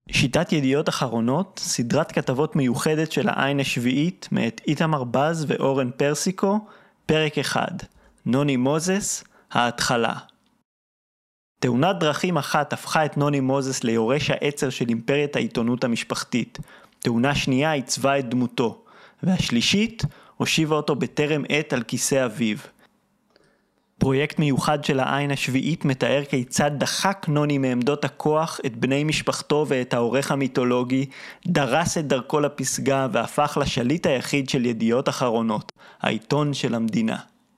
שיטת ידיעות אחרונות, סדרת כתבות מיוחדת של העין השביעית מאת איתמר בז ואורן פרסיקו, פרק 1, נוני מוזס, ההתחלה. תאונת דרכים אחת הפכה את נוני מוזס ליורש העצר של אימפריית העיתונות המשפחתית. תאונה שנייה עיצבה את דמותו, והשלישית הושיבה אותו בטרם עת על כיסא אביו. פרויקט מיוחד של העין השביעית מתאר כיצד דחק נוני מעמדות הכוח את בני משפחתו ואת העורך המיתולוגי, דרס את דרכו לפסגה והפך לשליט היחיד של ידיעות אחרונות, העיתון של המדינה.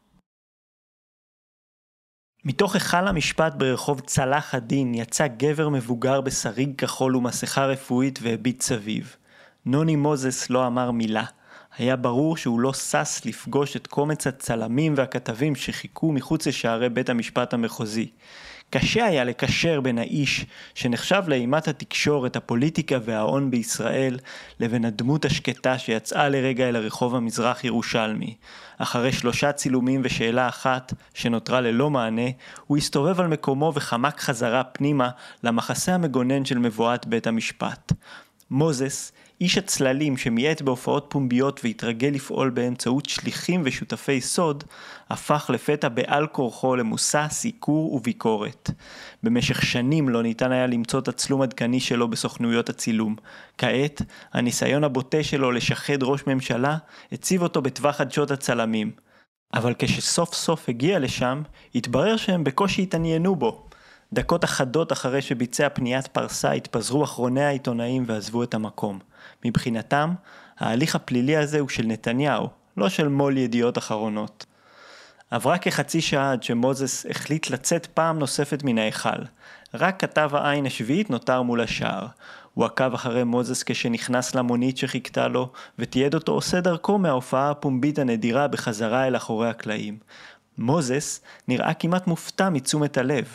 מתוך היכל המשפט ברחוב צלאח א-דין יצא גבר מבוגר בשריג כחול ומסכה רפואית והביט סביב. נוני מוזס לא אמר מילה. היה ברור שהוא לא סס לפגוש את קומץ הצלמים והכתבים שחיכו מחוץ לשערי בית המשפט המחוזי. קשה היה לקשר בין האיש שנחשב לאימת התקשורת, הפוליטיקה וההון בישראל, לבין הדמות השקטה שיצאה לרגע אל הרחוב המזרח ירושלמי. אחרי 3 צילומים ושאלה אחת שנותרה ללא מענה, הוא הסתובב על מקומו וחמק חזרה פנימה למחסה המגונן של מבואת בית המשפט. מוזס, איש הצללים שמיעט בהופעות פומביות והתרגל לפעול באמצעות שליחים ושותפי סוד, הפך לפתע בעל כורחו למושא סיקור וביקורת. במשך שנים לא ניתן היה למצוא תצלום עדכני שלו בסוכנויות הצילום. כעת, הניסיון הבוטה שלו לשחד ראש ממשלה הציב אותו בטווח חדשות הצלמים. אבל כשסוף סוף הגיע לשם, התברר שהם בקושי התעניינו בו. דקות אחדות אחרי שביצע פניית פרסה התפזרו אחרוני העיתונאים ועזבו את המקום. מבחינתם, ההליך הפלילי הזה הוא של נתניהו, לא של מול ידיעות אחרונות. עברה כחצי שעה עד שמוזס החליט לצאת פעם נוספת מן ההיכל. רק כתב העין השביעית נותר מול השער. הוא עקב אחרי מוזס כשנכנס למונית שחיכתה לו, ותיעד אותו עושה דרכו מההופעה הפומבית הנדירה בחזרה אל אחורי הקלעים. מוזס נראה כמעט מופתע מתשומת הלב.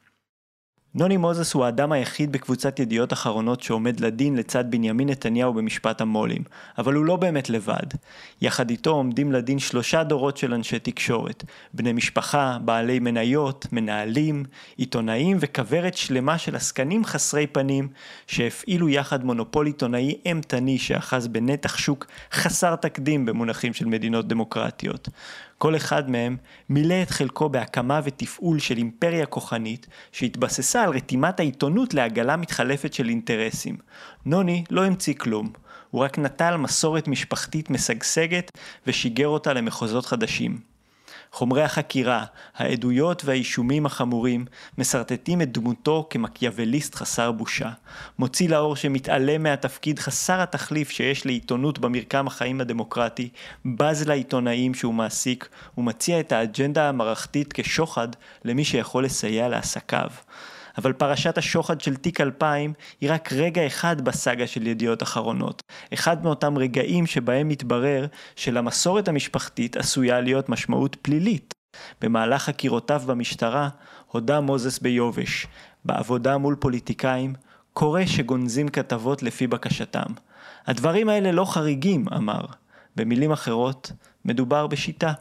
נוני מוזס הוא האדם היחיד בקבוצת ידיעות אחרונות שעומד לדין לצד בנימין נתניהו במשפט המולים, אבל הוא לא באמת לבד. יחד איתו עומדים לדין 3 דורות של אנשי תקשורת, בני משפחה, בעלי מניות, מנהלים, עיתונאים וכברת שלמה של עסקנים חסרי פנים שהפעילו יחד מונופול עיתונאי אימתני שאחז בנתח שוק חסר תקדים במונחים של מדינות דמוקרטיות. כל אחד מהם מילא את חלקו בהקמה ותפעול של אימפריה כוחנית שהתבססה על רתימת העיתונות לעגלה מתחלפת של אינטרסים. נוני לא המציא כלום, הוא רק נטל מסורת משפחתית משגשגת ושיגר אותה למחוזות חדשים. חומרי החקירה, העדויות והאישומים החמורים מסרטטים את דמותו כמקיאווליסט חסר בושה. מוציא לאור שמתעלם מהתפקיד חסר התחליף שיש לעיתונות במרקם החיים הדמוקרטי, בז לעיתונאים שהוא מעסיק ומציע את האג'נדה המערכתית כשוחד למי שיכול לסייע לעסקיו. אבל פרשת השוחד של תיק 2000 היא רק רגע אחד בסאגה של ידיעות אחרונות. אחד מאותם רגעים שבהם מתברר שלמסורת המשפחתית עשויה להיות משמעות פלילית. במהלך חקירותיו במשטרה הודה מוזס ביובש. בעבודה מול פוליטיקאים קורה שגונזים כתבות לפי בקשתם. הדברים האלה לא חריגים, אמר. במילים אחרות, מדובר בשיטה.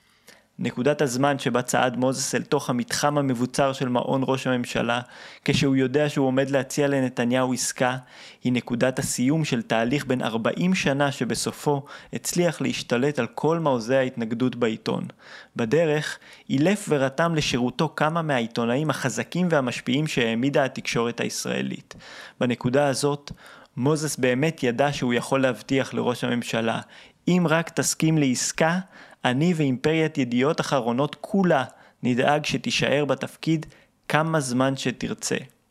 נקודת הזמן שבה צעד מוזס אל תוך המתחם המבוצר של מעון ראש הממשלה, כשהוא יודע שהוא עומד להציע לנתניהו עסקה, היא נקודת הסיום של תהליך בין 40 שנה שבסופו הצליח להשתלט על כל מעוזי ההתנגדות בעיתון. בדרך, אילף ורתם לשירותו כמה מהעיתונאים החזקים והמשפיעים שהעמידה התקשורת הישראלית. בנקודה הזאת, מוזס באמת ידע שהוא יכול להבטיח לראש הממשלה, אם רק תסכים לעסקה, אני ואימפריית ידיעות אחרונות כולה נדאג שתישאר בתפקיד כמה זמן שתרצה.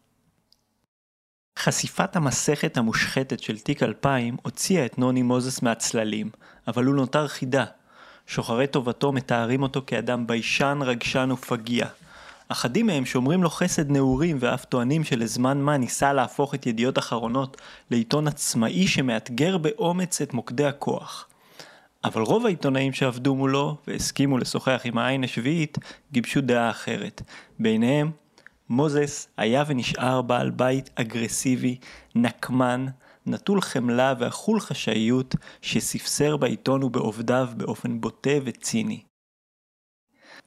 חשיפת המסכת המושחתת של תיק 2000 הוציאה את נוני מוזס מהצללים, אבל הוא נותר חידה. שוחרי טובתו מתארים אותו כאדם ביישן, רגשן ופגיע. אחדים מהם שומרים לו חסד נעורים ואף טוענים שלזמן מה ניסה להפוך את ידיעות אחרונות לעיתון עצמאי שמאתגר באומץ את מוקדי הכוח. אבל רוב העיתונאים שעבדו מולו והסכימו לשוחח עם העין השביעית גיבשו דעה אחרת. ביניהם, מוזס היה ונשאר בעל בית אגרסיבי, נקמן, נטול חמלה ואכול חשאיות שספסר בעיתון ובעובדיו באופן בוטה וציני.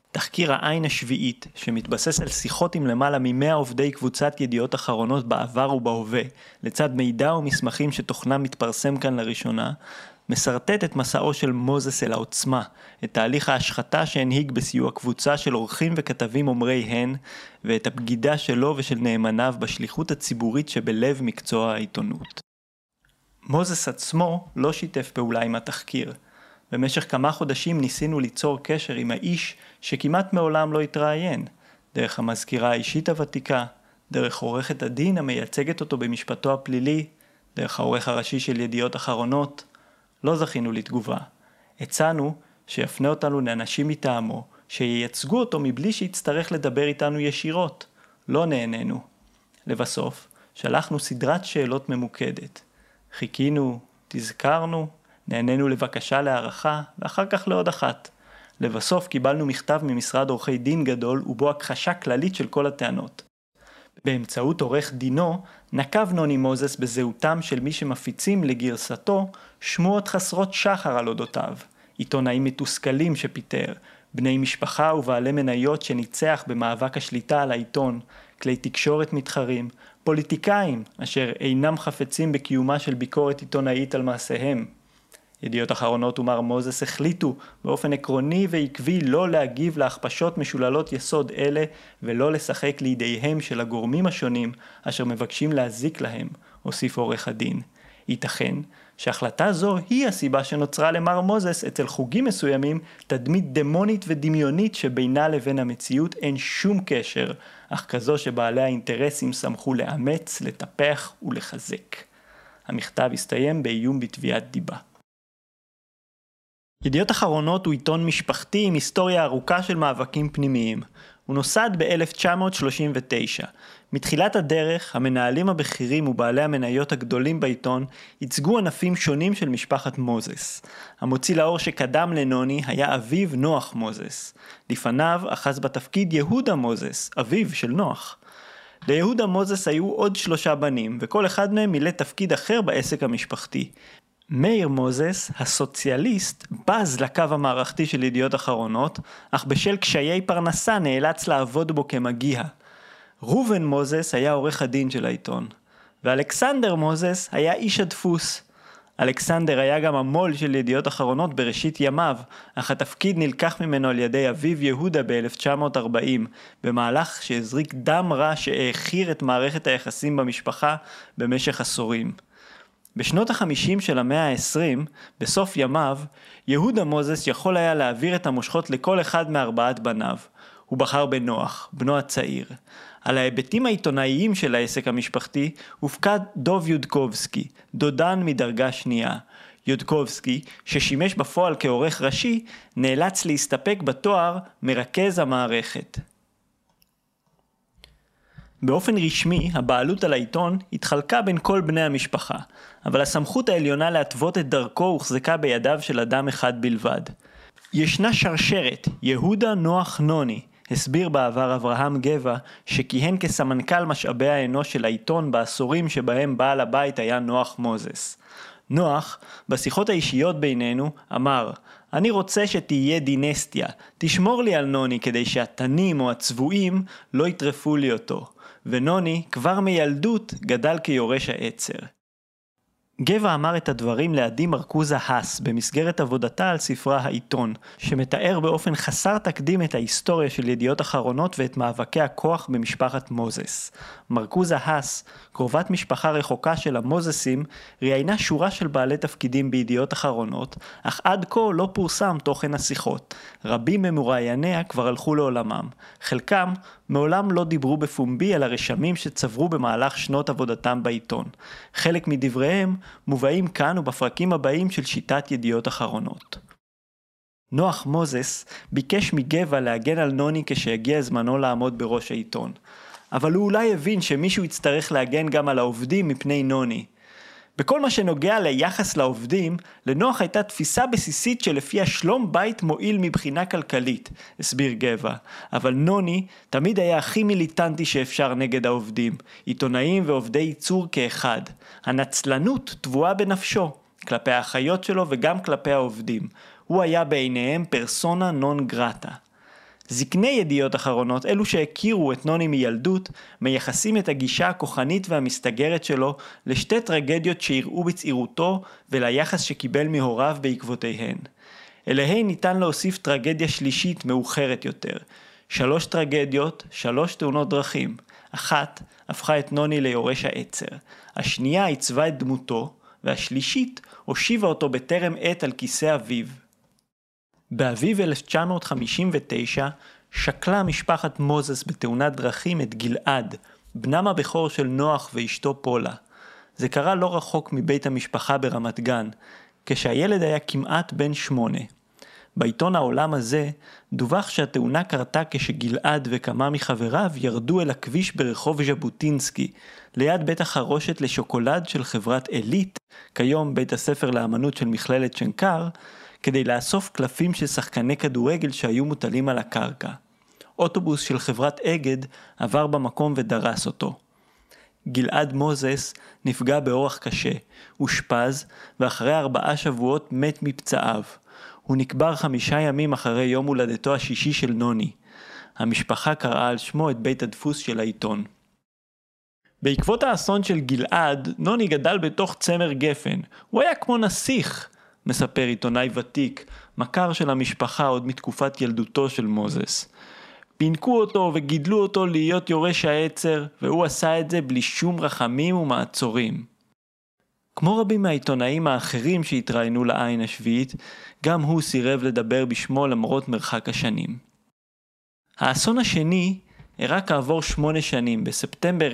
תחקיר העין השביעית, שמתבסס על שיחות עם למעלה מ100 עובדי קבוצת ידיעות אחרונות בעבר ובהווה, לצד מידע ומסמכים שתוכנם מתפרסם כאן לראשונה, מסרטט את מסעו של מוזס אל העוצמה, את תהליך ההשחתה שהנהיג בסיוע קבוצה של עורכים וכתבים אומרי הן, ואת הבגידה שלו ושל נאמניו בשליחות הציבורית שבלב מקצוע העיתונות. מוזס עצמו לא שיתף פעולה עם התחקיר. במשך כמה חודשים ניסינו ליצור קשר עם האיש שכמעט מעולם לא התראיין, דרך המזכירה האישית הוותיקה, דרך עורכת הדין המייצגת אותו במשפטו הפלילי, דרך העורך הראשי של ידיעות אחרונות. לא זכינו לתגובה. הצענו שיפנה אותנו לאנשים מטעמו, שייצגו אותו מבלי שיצטרך לדבר איתנו ישירות. לא נהנינו. לבסוף, שלחנו סדרת שאלות ממוקדת. חיכינו, תזכרנו, נהנינו לבקשה להערכה, ואחר כך לעוד אחת. לבסוף קיבלנו מכתב ממשרד עורכי דין גדול, ובו הכחשה כללית של כל הטענות. באמצעות עורך דינו, נקב נוני מוזס בזהותם של מי שמפיצים לגרסתו שמועות חסרות שחר על אודותיו, עיתונאים מתוסכלים שפיטר, בני משפחה ובעלי מניות שניצח במאבק השליטה על העיתון, כלי תקשורת מתחרים, פוליטיקאים אשר אינם חפצים בקיומה של ביקורת עיתונאית על מעשיהם. ידיעות אחרונות ומר מוזס החליטו באופן עקרוני ועקבי לא להגיב להכפשות משוללות יסוד אלה ולא לשחק לידיהם של הגורמים השונים אשר מבקשים להזיק להם, הוסיף עורך הדין. ייתכן שהחלטה זו היא הסיבה שנוצרה למר מוזס אצל חוגים מסוימים תדמית דמונית ודמיונית שבינה לבין המציאות אין שום קשר, אך כזו שבעלי האינטרסים שמחו לאמץ, לטפח ולחזק. המכתב הסתיים באיום בתביעת דיבה. ידיעות אחרונות הוא עיתון משפחתי עם היסטוריה ארוכה של מאבקים פנימיים. הוא נוסד ב-1939. מתחילת הדרך, המנהלים הבכירים ובעלי המניות הגדולים בעיתון ייצגו ענפים שונים של משפחת מוזס. המוציא לאור שקדם לנוני היה אביו נוח מוזס. לפניו אחז בתפקיד יהודה מוזס, אביו של נוח. ליהודה מוזס היו עוד 3 בנים, וכל אחד מהם מילא תפקיד אחר בעסק המשפחתי. מאיר מוזס, הסוציאליסט, בז לקו המערכתי של ידיעות אחרונות, אך בשל קשיי פרנסה נאלץ לעבוד בו כמגיע. ראובן מוזס היה עורך הדין של העיתון, ואלכסנדר מוזס היה איש הדפוס. אלכסנדר היה גם המו"ל של ידיעות אחרונות בראשית ימיו, אך התפקיד נלקח ממנו על ידי אביו יהודה ב-1940, במהלך שהזריק דם רע שהאחיר את מערכת היחסים במשפחה במשך עשורים. בשנות ה-50 של המאה ה-20, בסוף ימיו, יהודה מוזס יכול היה להעביר את המושכות לכל אחד מ4 בניו. הוא בחר בנוח, בנו הצעיר. על ההיבטים העיתונאיים של העסק המשפחתי הופקד דוב יודקובסקי, דודן מדרגה שנייה. יודקובסקי, ששימש בפועל כעורך ראשי, נאלץ להסתפק בתואר מרכז המערכת. באופן רשמי, הבעלות על העיתון התחלקה בין כל בני המשפחה, אבל הסמכות העליונה להתוות את דרכו הוחזקה בידיו של אדם אחד בלבד. ישנה שרשרת, יהודה נוח נוני, הסביר בעבר אברהם גבע, שכיהן כסמנכ"ל משאבי האנוש של העיתון בעשורים שבהם בעל הבית היה נוח מוזס. נוח, בשיחות האישיות בינינו, אמר, אני רוצה שתהיה דינסטיה, תשמור לי על נוני כדי שהתנים או הצבועים לא יטרפו לי אותו. ונוני כבר מילדות גדל כיורש העצר. גבע אמר את הדברים לעדי מרקוזה האס במסגרת עבודתה על ספרה העיתון, שמתאר באופן חסר תקדים את ההיסטוריה של ידיעות אחרונות ואת מאבקי הכוח במשפחת מוזס. מרקוזה האס, קרובת משפחה רחוקה של המוזסים, ראיינה שורה של בעלי תפקידים בידיעות אחרונות, אך עד כה לא פורסם תוכן השיחות. רבים ממוראייניה כבר הלכו לעולמם. חלקם מעולם לא דיברו בפומבי על הרשמים שצברו במהלך שנות עבודתם בעיתון. חלק מדבריהם מובאים כאן ובפרקים הבאים של שיטת ידיעות אחרונות. נוח מוזס ביקש מגבע להגן על נוני כשהגיע זמנו לעמוד בראש העיתון. אבל הוא אולי הבין שמישהו יצטרך להגן גם על העובדים מפני נוני. בכל מה שנוגע ליחס לעובדים, לנוח הייתה תפיסה בסיסית שלפיה שלום בית מועיל מבחינה כלכלית, הסביר גבע. אבל נוני תמיד היה הכי מיליטנטי שאפשר נגד העובדים, עיתונאים ועובדי ייצור כאחד. הנצלנות טבועה בנפשו, כלפי האחיות שלו וגם כלפי העובדים. הוא היה בעיניהם פרסונה נון גרטה. זקני ידיעות אחרונות, אלו שהכירו את נוני מילדות, מייחסים את הגישה הכוחנית והמסתגרת שלו לשתי טרגדיות שאירעו בצעירותו וליחס שקיבל מהוריו בעקבותיהן. אליהן ניתן להוסיף טרגדיה שלישית מאוחרת יותר. 3 טרגדיות, 3 תאונות דרכים. אחת הפכה את נוני ליורש העצר. השנייה עיצבה את דמותו, והשלישית הושיבה אותו בטרם עת על כיסא אביו. באביב 1959 שקלה משפחת מוזס בתאונת דרכים את גלעד, בנם הבכור של נוח ואשתו פולה. זה קרה לא רחוק מבית המשפחה ברמת גן, כשהילד היה כמעט בן 8. בעיתון העולם הזה דווח שהתאונה קרתה כשגלעד וכמה מחבריו ירדו אל הכביש ברחוב ז'בוטינסקי, ליד בית החרושת לשוקולד של חברת אלית, כיום בית הספר לאמנות של מכללת שנקר, כדי לאסוף קלפים של שחקני כדורגל שהיו מוטלים על הקרקע. אוטובוס של חברת אגד עבר במקום ודרס אותו. גלעד מוזס נפגע באורח קשה, אושפז, ואחרי 4 שבועות מת מפצעיו. הוא נקבר 5 ימים אחרי יום הולדתו השישי של נוני. המשפחה קראה על שמו את בית הדפוס של העיתון. בעקבות האסון של גלעד, נוני גדל בתוך צמר גפן. הוא היה כמו נסיך, מספר עיתונאי ותיק, מכר של המשפחה עוד מתקופת ילדותו של מוזס. פינקו אותו וגידלו אותו להיות יורש העצר, והוא עשה את זה בלי שום רחמים ומעצורים. כמו רבים מהעיתונאים האחרים שהתראיינו לעין השביעית, גם הוא סירב לדבר בשמו למרות מרחק השנים. האסון השני אירע כעבור 8 שנים, בספטמבר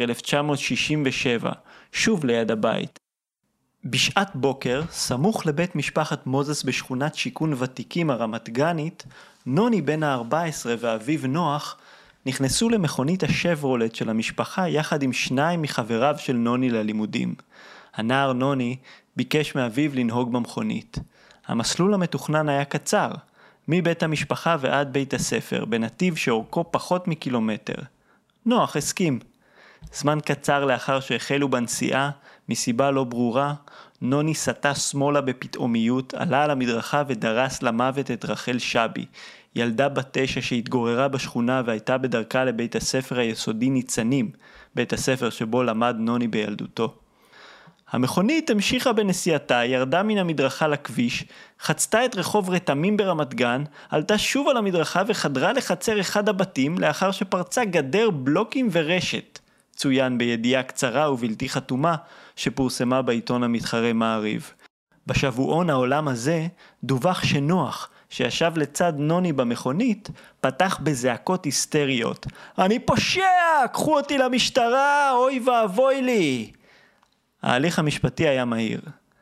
1967, שוב ליד הבית. בשעת בוקר, סמוך לבית משפחת מוזס בשכונת שיכון ותיקים הרמת גנית, נוני בן ה-14 ואביו נוח נכנסו למכונית השברולט של המשפחה יחד עם 2 מחבריו של נוני ללימודים. הנער נוני ביקש מאביו לנהוג במכונית. המסלול המתוכנן היה קצר, מבית המשפחה ועד בית הספר, בנתיב שאורכו פחות מקילומטר. נוח הסכים. זמן קצר לאחר שהחלו בנסיעה, מסיבה לא ברורה, נוני סטה שמאלה בפתאומיות, עלה על המדרכה ודרס למוות את רחל שבי, ילדה בת 9 שהתגוררה בשכונה והייתה בדרכה לבית הספר היסודי ניצנים, בית הספר שבו למד נוני בילדותו. המכונית המשיכה בנסיעתה, ירדה מן המדרכה לכביש, חצתה את רחוב רתמים ברמת גן, עלתה שוב על המדרכה וחדרה לחצר אחד הבתים לאחר שפרצה גדר בלוקים ורשת, צוין בידיעה קצרה ובלתי חתומה שפורסמה בעיתון המתחרה מעריב. בשבועון העולם הזה דווח שנוח, שישב לצד נוני במכונית, פתח בזעקות היסטריות. אני פושע! קחו אותי למשטרה! אוי ואבוי לי! ההליך המשפטי היה מהיר.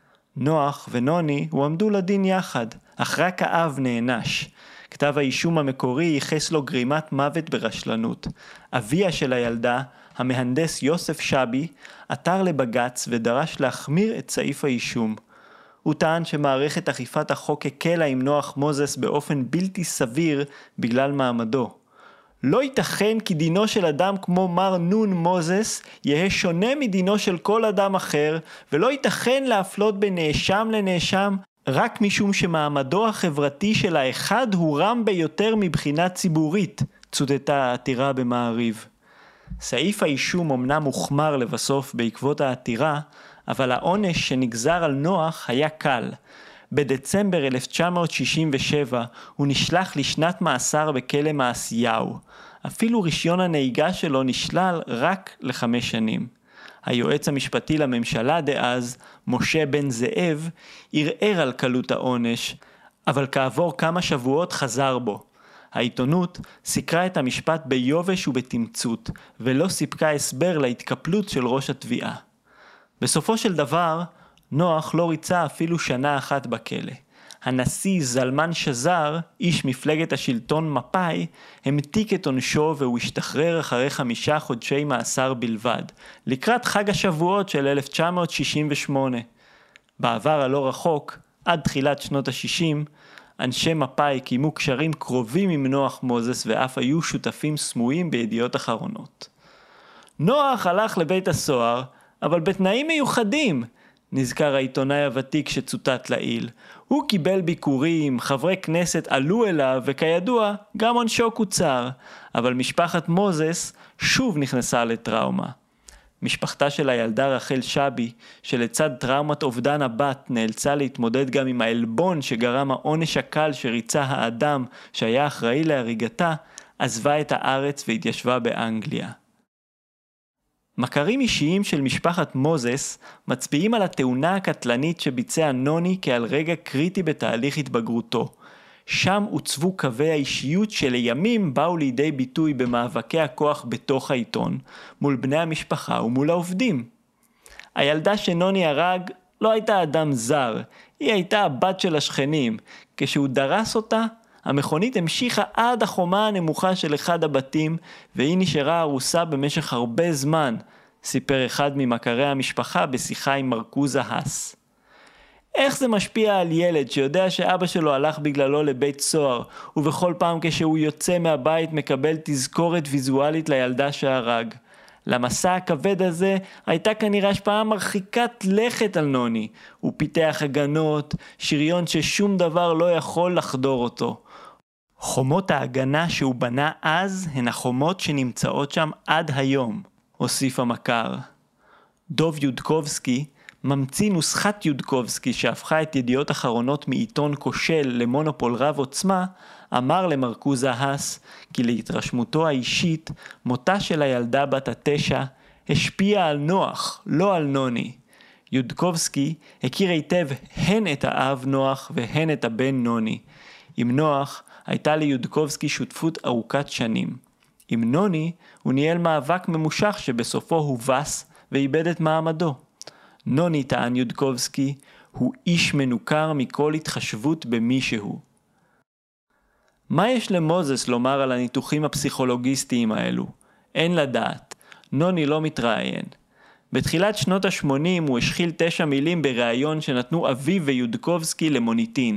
נוח ונוני הועמדו לדין יחד, אך רק האב נענש. כתב האישום המקורי ייחס לו גרימת מוות ברשלנות. אביה של הילדה, המהנדס יוסף שבי, עתר לבגץ ודרש להחמיר את סעיף האישום. הוא טען שמערכת אכיפת החוק הקלה עם נוח מוזס באופן בלתי סביר בגלל מעמדו. לא ייתכן כי דינו של אדם כמו מר נון מוזס יהיה שונה מדינו של כל אדם אחר, ולא ייתכן להפלות בין נאשם לנאשם רק משום שמעמדו החברתי של האחד הוא רם ביותר מבחינה ציבורית, צוטטה העתירה במעריב. סעיף האישום אמנם הוחמר לבסוף בעקבות העתירה, אבל העונש שנגזר על נוח היה קל. בדצמבר 1967 הוא נשלח לשנת מאסר בכלא מעשיהו. אפילו רישיון הנהיגה שלו נשלל רק ל5 שנים. היועץ המשפטי לממשלה דאז, משה בן זאב, ערער על קלות העונש, אבל כעבור כמה שבועות חזר בו. העיתונות סיקרה את המשפט ביובש ובתמצות, ולא סיפקה הסבר להתקפלות של ראש התביעה. בסופו של דבר, נוח לא ריצה אפילו 1 שנה בכלא. הנשיא זלמן שזר, איש מפלגת השלטון מפא"י, המתיק את עונשו והוא השתחרר אחרי 5 חודשי מאסר בלבד, לקראת חג השבועות של 1968. בעבר הלא רחוק, עד תחילת שנות ה-60, אנשי מפא"י קיימו קשרים קרובים עם נוח מוזס ואף היו שותפים סמויים בידיעות אחרונות. נוח הלך לבית הסוהר, אבל בתנאים מיוחדים. נזכר העיתונאי הוותיק שצוטט לעיל. הוא קיבל ביקורים, חברי כנסת עלו אליו, וכידוע, גם עונשו קוצר. אבל משפחת מוזס שוב נכנסה לטראומה. משפחתה של הילדה רחל שבי, שלצד טראומת אובדן הבת, נאלצה להתמודד גם עם העלבון שגרם העונש הקל שריצה האדם שהיה אחראי להריגתה, עזבה את הארץ והתיישבה באנגליה. מכרים אישיים של משפחת מוזס מצביעים על התאונה הקטלנית שביצע נוני כעל רגע קריטי בתהליך התבגרותו. שם עוצבו קווי האישיות שלימים באו לידי ביטוי במאבקי הכוח בתוך העיתון, מול בני המשפחה ומול העובדים. הילדה שנוני הרג לא הייתה אדם זר, היא הייתה הבת של השכנים. כשהוא דרס אותה, המכונית המשיכה עד החומה הנמוכה של אחד הבתים, והיא נשארה הרוסה במשך הרבה זמן, סיפר אחד ממכרי המשפחה בשיחה עם מרקוזה האס. איך זה משפיע על ילד שיודע שאבא שלו הלך בגללו לבית סוהר, ובכל פעם כשהוא יוצא מהבית מקבל תזכורת ויזואלית לילדה שהרג? למסע הכבד הזה הייתה כנראה השפעה מרחיקת לכת על נוני. הוא פיתח הגנות, שריון ששום דבר לא יכול לחדור אותו. חומות ההגנה שהוא בנה אז הן החומות שנמצאות שם עד היום, הוסיף המכר. דוב יודקובסקי, ממציא נוסחת יודקובסקי שהפכה את ידיעות אחרונות מעיתון כושל למונופול רב עוצמה, אמר למרקוזה האס כי להתרשמותו האישית, מותה של הילדה בת 9 השפיע על נוח, לא על נוני. יודקובסקי הכיר היטב הן את האב נוח והן את הבן נוני. עם נוח הייתה ליודקובסקי שותפות ארוכת שנים. עם נוני הוא ניהל מאבק ממושך שבסופו הובס ואיבד את מעמדו. נוני, טען יודקובסקי, הוא איש מנוכר מכל התחשבות במישהו. מה יש למוזס לומר על הניתוחים הפסיכולוגיסטיים האלו? אין לדעת. נוני לא מתראיין. בתחילת שנות ה-80 הוא השחיל 9 מילים בראיון שנתנו אביו ויודקובסקי למוניטין.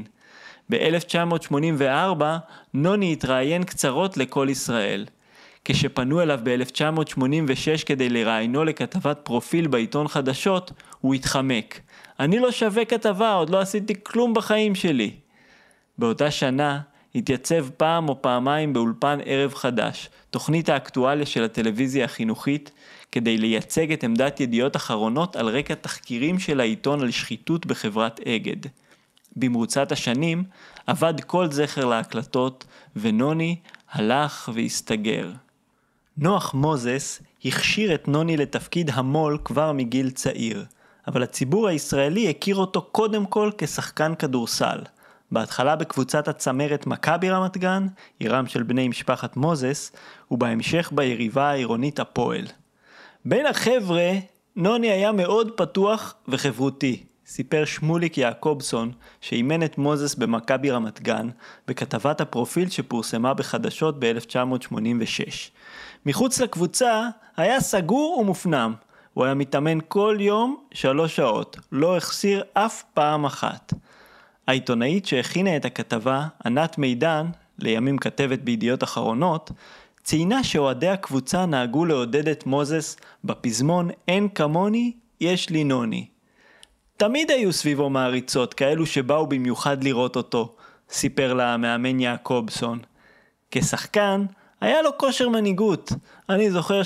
ב-1984 נוני התראיין קצרות לכל ישראל. כשפנו אליו ב-1986 כדי לראיינו לכתבת פרופיל בעיתון חדשות, הוא התחמק. אני לא שווה כתבה, עוד לא עשיתי כלום בחיים שלי. באותה שנה התייצב פעם או פעמיים באולפן ערב חדש, תוכנית האקטואליה של הטלוויזיה החינוכית, כדי לייצג את עמדת ידיעות אחרונות על רקע תחקירים של העיתון על שחיתות בחברת אגד. במרוצת השנים עבד כל זכר להקלטות, ונוני הלך והסתגר. נוח מוזס הכשיר את נוני לתפקיד המול כבר מגיל צעיר, אבל הציבור הישראלי הכיר אותו קודם כל כשחקן כדורסל. בהתחלה בקבוצת הצמרת מכבי רמת גן, עירם של בני משפחת מוזס, ובהמשך ביריבה העירונית הפועל. בין החבר'ה, נוני היה מאוד פתוח וחברותי, סיפר שמוליק יעקובסון, שאימן את מוזס במכבי רמת גן, בכתבת הפרופיל שפורסמה בחדשות ב-1986. מחוץ לקבוצה היה סגור ומופנם. הוא היה מתאמן כל יום 3 שעות, לא החסיר אף פעם אחת. העיתונאית שהכינה את הכתבה, ענת מידן, לימים כתבת בידיעות אחרונות, ציינה שאוהדי הקבוצה נהגו לעודד את מוזס בפזמון אין כמוני, יש לי נוני. תמיד היו סביבו מעריצות, כאלו שבאו במיוחד לראות אותו, סיפר לה המאמן יעקובסון. כשחקן, היה לו כושר מנהיגות. אני זוכר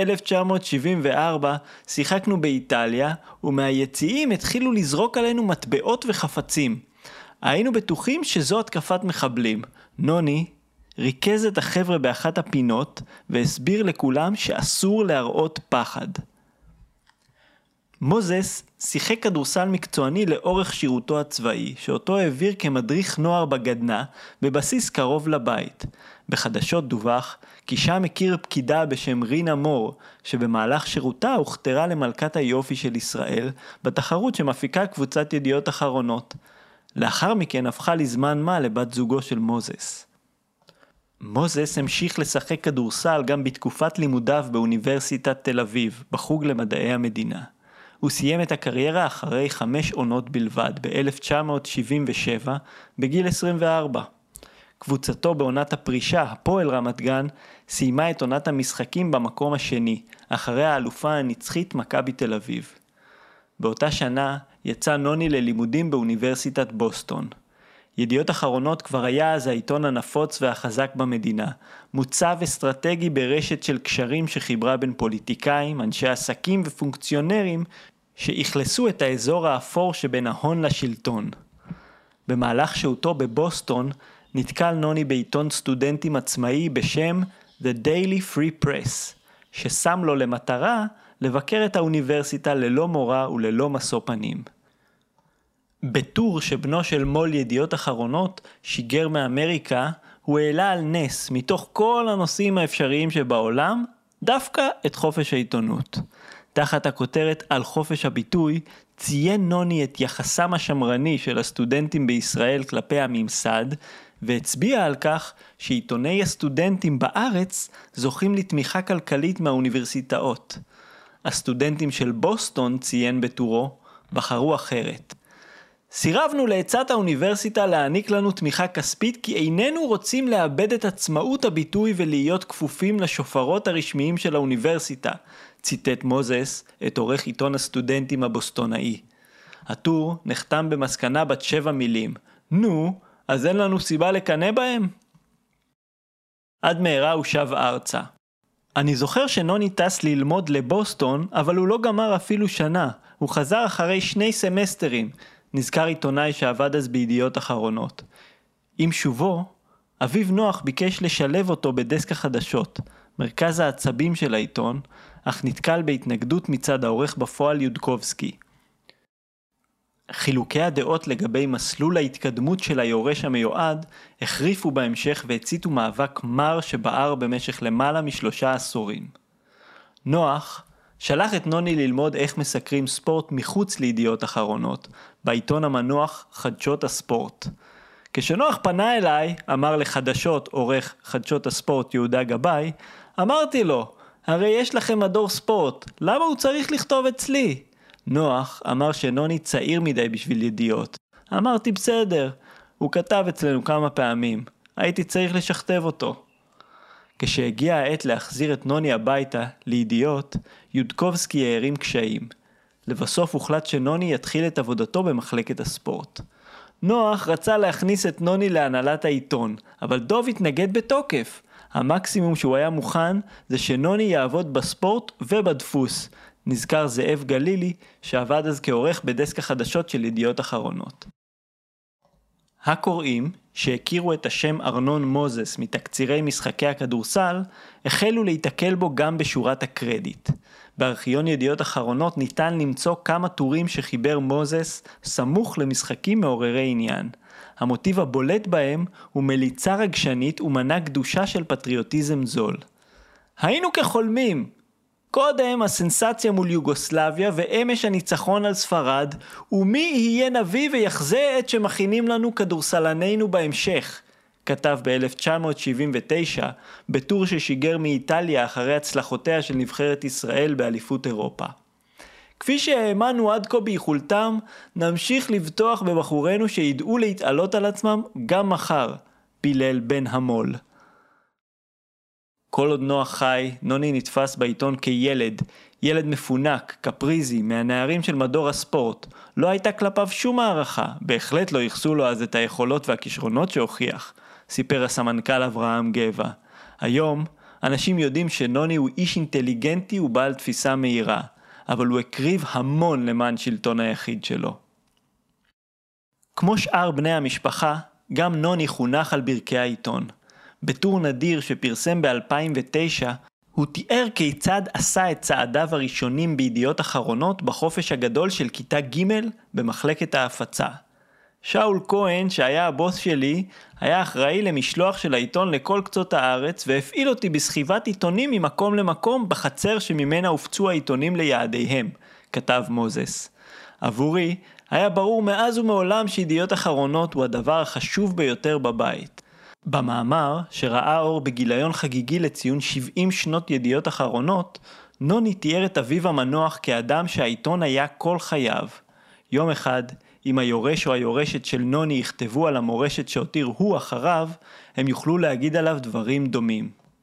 שב-1974 שיחקנו באיטליה, ומהיציעים התחילו לזרוק עלינו מטבעות וחפצים. היינו בטוחים שזו התקפת מחבלים. נוני ריכז את החבר'ה באחת הפינות, והסביר לכולם שאסור להראות פחד. מוזס שיחק כדורסל מקצועני לאורך שירותו הצבאי, שאותו העביר כמדריך נוער בגדנה, בבסיס קרוב לבית. בחדשות דווח כי שם הכיר פקידה בשם רינה מור, שבמהלך שירותה הוכתרה למלכת היופי של ישראל, בתחרות שמפיקה קבוצת ידיעות אחרונות. לאחר מכן הפכה לזמן מה לבת זוגו של מוזס. מוזס המשיך לשחק כדורסל גם בתקופת לימודיו באוניברסיטת תל אביב, בחוג למדעי המדינה. הוא סיים את הקריירה אחרי 5 עונות בלבד, ב-1977, בגיל 24. קבוצתו בעונת הפרישה, הפועל רמת גן, סיימה את עונת המשחקים במקום השני, אחרי האלופה הנצחית מכבי תל אביב. באותה שנה יצא נוני ללימודים באוניברסיטת בוסטון. ידיעות אחרונות כבר היה אז העיתון הנפוץ והחזק במדינה, מוצב אסטרטגי ברשת של קשרים שחיברה בין פוליטיקאים, אנשי עסקים ופונקציונרים שאכלסו את האזור האפור שבין ההון לשלטון. במהלך שהותו בבוסטון נתקל נוני בעיתון סטודנטים עצמאי בשם The Daily Free Press, ששם לו למטרה לבקר את האוניברסיטה ללא מורא וללא משוא פנים. בטור שבנו של מו"ל ידיעות אחרונות שיגר מאמריקה, הוא העלה על נס מתוך כל הנושאים האפשריים שבעולם, דווקא את חופש העיתונות. תחת הכותרת על חופש הביטוי, ציין נוני את יחסם השמרני של הסטודנטים בישראל כלפי הממסד, והצביע על כך שעיתוני הסטודנטים בארץ זוכים לתמיכה כלכלית מהאוניברסיטאות. הסטודנטים של בוסטון, ציין בטורו, בחרו אחרת. סירבנו לעצת האוניברסיטה להעניק לנו תמיכה כספית כי איננו רוצים לאבד את עצמאות הביטוי ולהיות כפופים לשופרות הרשמיים של האוניברסיטה, ציטט מוזס את עורך עיתון הסטודנטים הבוסטונאי. הטור נחתם במסקנה בת 7 מילים. נו, אז אין לנו סיבה לקנא בהם? עד מהרה הוא שב ארצה. אני זוכר שנוני טס ללמוד לבוסטון, אבל הוא לא גמר אפילו שנה. הוא חזר אחרי 2 סמסטרים, נזכר עיתונאי שעבד אז בידיעות אחרונות. עם שובו, אביו נוח ביקש לשלב אותו בדסק החדשות, מרכז העצבים של העיתון, אך נתקל בהתנגדות מצד העורך בפועל יודקובסקי. חילוקי הדעות לגבי מסלול ההתקדמות של היורש המיועד החריפו בהמשך והציתו מאבק מר שבער במשך למעלה מ3 עשורים. נוח שלח את נוני ללמוד איך מסקרים ספורט מחוץ לידיעות אחרונות, בעיתון המנוח חדשות הספורט. כשנוח פנה אליי, אמר לחדשות עורך חדשות הספורט יהודה גבאי, אמרתי לו, הרי יש לכם מדור ספורט, למה הוא צריך לכתוב אצלי? נוח אמר שנוני צעיר מדי בשביל ידיעות. אמרתי בסדר, הוא כתב אצלנו כמה פעמים, הייתי צריך לשכתב אותו. כשהגיעה העת להחזיר את נוני הביתה לידיעות, יודקובסקי הערים קשיים. לבסוף הוחלט שנוני יתחיל את עבודתו במחלקת הספורט. נוח רצה להכניס את נוני להנהלת העיתון, אבל דוב התנגד בתוקף. המקסימום שהוא היה מוכן זה שנוני יעבוד בספורט ובדפוס. נזכר זאב גלילי שעבד אז כעורך בדסק החדשות של ידיעות אחרונות. הקוראים, שהכירו את השם ארנון מוזס מתקצירי משחקי הכדורסל, החלו להתקל בו גם בשורת הקרדיט. בארכיון ידיעות אחרונות ניתן למצוא כמה טורים שחיבר מוזס סמוך למשחקים מעוררי עניין. המוטיב הבולט בהם הוא מליצה רגשנית ומנה קדושה של פטריוטיזם זול. היינו כחולמים! קודם הסנסציה מול יוגוסלביה ואמש הניצחון על ספרד, ומי יהיה נביא ויחזה את שמכינים לנו כדורסלנינו בהמשך, כתב ב-1979 בטור ששיגר מאיטליה אחרי הצלחותיה של נבחרת ישראל באליפות אירופה. כפי שהאמנו עד כה ביכולתם, נמשיך לבטוח בבחורינו שידעו להתעלות על עצמם גם מחר, פילל בן המול. כל עוד נוח חי, נוני נתפס בעיתון כילד, ילד מפונק, קפריזי, מהנערים של מדור הספורט. לא הייתה כלפיו שום הערכה, בהחלט לא יחסו לו אז את היכולות והכישרונות שהוכיח, סיפר הסמנכ"ל אברהם גבע. היום, אנשים יודעים שנוני הוא איש אינטליגנטי ובעל תפיסה מהירה, אבל הוא הקריב המון למען שלטון היחיד שלו. כמו שאר בני המשפחה, גם נוני חונך על ברכי העיתון. בטור נדיר שפרסם ב-2009, הוא תיאר כיצד עשה את צעדיו הראשונים בידיעות אחרונות בחופש הגדול של כיתה ג' במחלקת ההפצה. שאול כהן, שהיה הבוס שלי, היה אחראי למשלוח של העיתון לכל קצות הארץ, והפעיל אותי בסחיבת עיתונים ממקום למקום בחצר שממנה הופצו העיתונים ליעדיהם, כתב מוזס. עבורי, היה ברור מאז ומעולם שידיעות אחרונות הוא הדבר החשוב ביותר בבית. במאמר, שראה אור בגיליון חגיגי לציון 70 שנות ידיעות אחרונות, נוני תיאר את אביו המנוח כאדם שהעיתון היה כל חייו. יום אחד, אם היורש או היורשת של נוני יכתבו על המורשת שהותיר הוא אחריו, הם יוכלו להגיד עליו דברים דומים.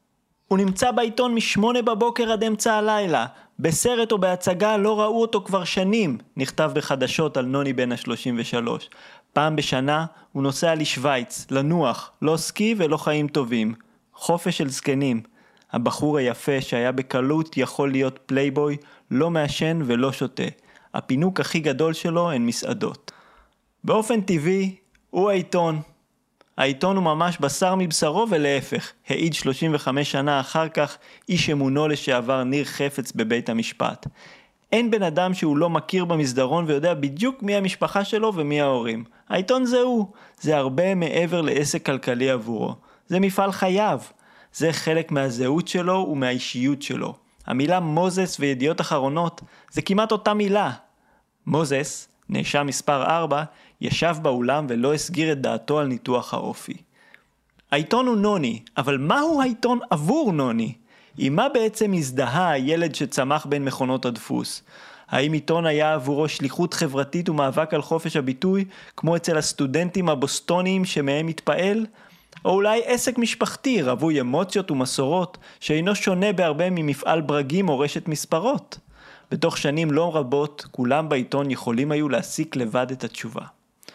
הוא נמצא בעיתון מ8 בבוקר עד אמצע הלילה. בסרט או בהצגה לא ראו אותו כבר שנים, נכתב בחדשות על נוני בן ה-33. פעם בשנה הוא נוסע לשוויץ, לנוח, לא סקי ולא חיים טובים. חופש של זקנים. הבחור היפה שהיה בקלות יכול להיות פלייבוי, לא מעשן ולא שותה. הפינוק הכי גדול שלו הן מסעדות. באופן טבעי הוא העיתון. העיתון הוא ממש בשר מבשרו ולהפך, העיד 35 שנה אחר כך איש אמונו לשעבר ניר חפץ בבית המשפט. אין בן אדם שהוא לא מכיר במסדרון ויודע בדיוק מי המשפחה שלו ומי ההורים. העיתון זה הוא, זה הרבה מעבר לעסק כלכלי עבורו. זה מפעל חייו, זה חלק מהזהות שלו ומהאישיות שלו. המילה מוזס וידיעות אחרונות זה כמעט אותה מילה. מוזס, נאשם מספר 4, ישב באולם ולא הסגיר את דעתו על ניתוח האופי. העיתון הוא נוני, אבל מהו העיתון עבור נוני? עם מה בעצם הזדהה הילד שצמח בין מכונות הדפוס? האם עיתון היה עבורו שליחות חברתית ומאבק על חופש הביטוי, כמו אצל הסטודנטים הבוסטוניים שמהם התפעל? או אולי עסק משפחתי רווי אמוציות ומסורות, שאינו שונה בהרבה ממפעל ברגים או רשת מספרות? בתוך שנים לא רבות, כולם בעיתון יכולים היו להסיק לבד את התשובה.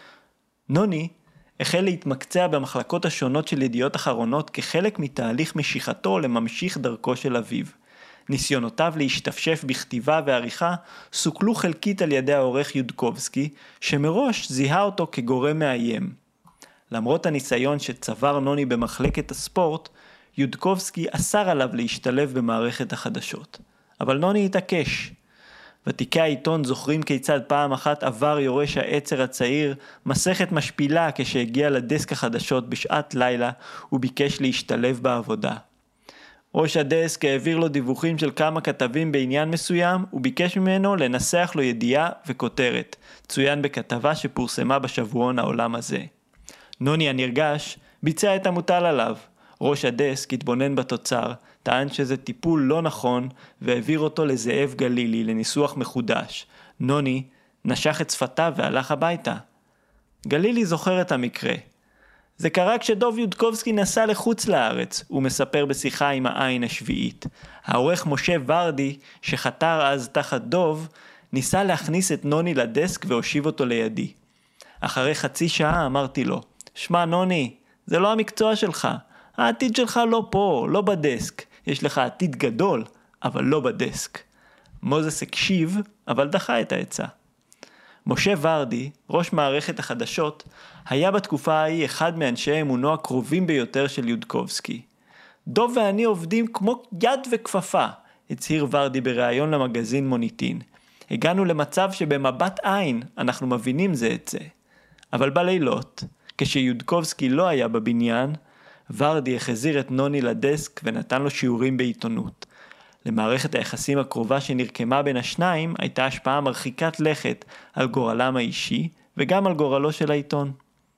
נוני החל להתמקצע במחלקות השונות של ידיעות אחרונות כחלק מתהליך משיכתו לממשיך דרכו של אביו. ניסיונותיו להשתפשף בכתיבה ועריכה סוכלו חלקית על ידי העורך יודקובסקי, שמראש זיהה אותו כגורם מאיים. למרות הניסיון שצבר נוני במחלקת הספורט, יודקובסקי אסר עליו להשתלב במערכת החדשות. אבל נוני התעקש. ותיקי העיתון זוכרים כיצד פעם אחת עבר יורש העצר הצעיר מסכת משפילה כשהגיע לדסק החדשות בשעת לילה וביקש להשתלב בעבודה. ראש הדסק העביר לו דיווחים של כמה כתבים בעניין מסוים וביקש ממנו לנסח לו ידיעה וכותרת, צוין בכתבה שפורסמה בשבועון העולם הזה. נוני הנרגש ביצע את המוטל עליו. ראש הדסק התבונן בתוצר, טען שזה טיפול לא נכון והעביר אותו לזאב גלילי לניסוח מחודש. נוני נשך את שפתיו והלך הביתה. גלילי זוכר את המקרה. זה קרה כשדוב יודקובסקי נסע לחוץ לארץ, הוא מספר בשיחה עם העין השביעית. העורך משה ורדי, שחתר אז תחת דוב, ניסה להכניס את נוני לדסק והושיב אותו לידי. אחרי חצי שעה אמרתי לו, שמע נוני, זה לא המקצוע שלך. העתיד שלך לא פה, לא בדסק. יש לך עתיד גדול, אבל לא בדסק. מוזס הקשיב, אבל דחה את העצה. משה ורדי, ראש מערכת החדשות, היה בתקופה ההיא אחד מאנשי אמונו הקרובים ביותר של יודקובסקי. דוב ואני עובדים כמו יד וכפפה, הצהיר ורדי בריאיון למגזין מוניטין. הגענו למצב שבמבט עין אנחנו מבינים זה את זה. אבל בלילות, כשיודקובסקי לא היה בבניין, ורדי החזיר את נוני לדסק ונתן לו שיעורים בעיתונות. למערכת היחסים הקרובה שנרקמה בין השניים הייתה השפעה מרחיקת לכת על גורלם האישי וגם על גורלו של העיתון.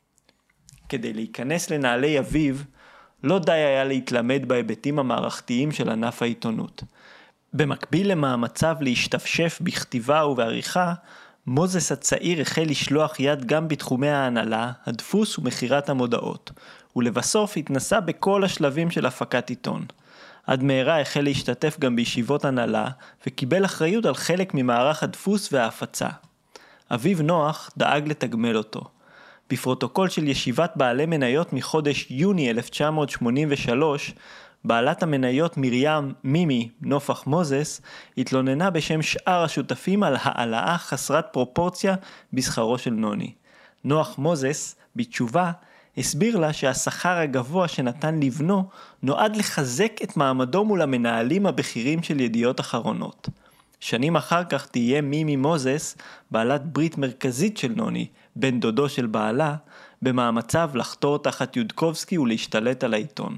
כדי להיכנס לנעלי אביו, לא די היה להתלמד בהיבטים המערכתיים של ענף העיתונות. במקביל למאמציו להשתפשף בכתיבה ובעריכה, מוזס הצעיר החל לשלוח יד גם בתחומי ההנהלה, הדפוס ומחירת המודעות, ולבסוף התנסה בכל השלבים של הפקת עיתון. עד מהרה החל להשתתף גם בישיבות הנהלה, וקיבל אחריות על חלק ממערך הדפוס וההפצה. אביו נוח דאג לתגמל אותו. בפרוטוקול של ישיבת בעלי מניות מחודש יוני 1983, בעלת המניות מרים מימי נופח מוזס התלוננה בשם שאר השותפים על העלאה חסרת פרופורציה בשכרו של נוני. נוח מוזס, בתשובה, הסביר לה שהשכר הגבוה שנתן לבנו נועד לחזק את מעמדו מול המנהלים הבכירים של ידיעות אחרונות. שנים אחר כך תהיה מימי מוזס, בעלת ברית מרכזית של נוני, בן דודו של בעלה, במאמציו לחתור תחת יודקובסקי ולהשתלט על העיתון.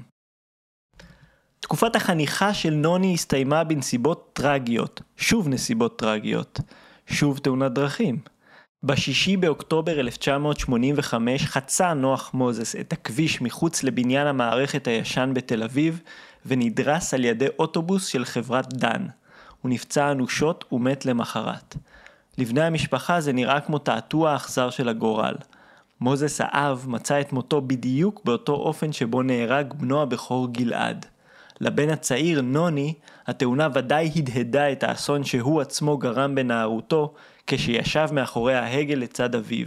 תקופת החניכה של נוני הסתיימה בנסיבות טרגיות, שוב נסיבות טרגיות, שוב תאונת דרכים. ב6 באוקטובר 1985 חצה נוח מוזס את הכביש מחוץ לבניין המערכת הישן בתל אביב ונדרס על ידי אוטובוס של חברת דן. הוא נפצע אנושות ומת למחרת. לבני המשפחה זה נראה כמו תעתוע אכזר של הגורל. מוזס האב מצא את מותו בדיוק באותו אופן שבו נהרג בנו הבכור גלעד. לבן הצעיר נוני, התאונה ודאי הדהדה את האסון שהוא עצמו גרם בנערותו, כשישב מאחורי ההגה לצד אביו.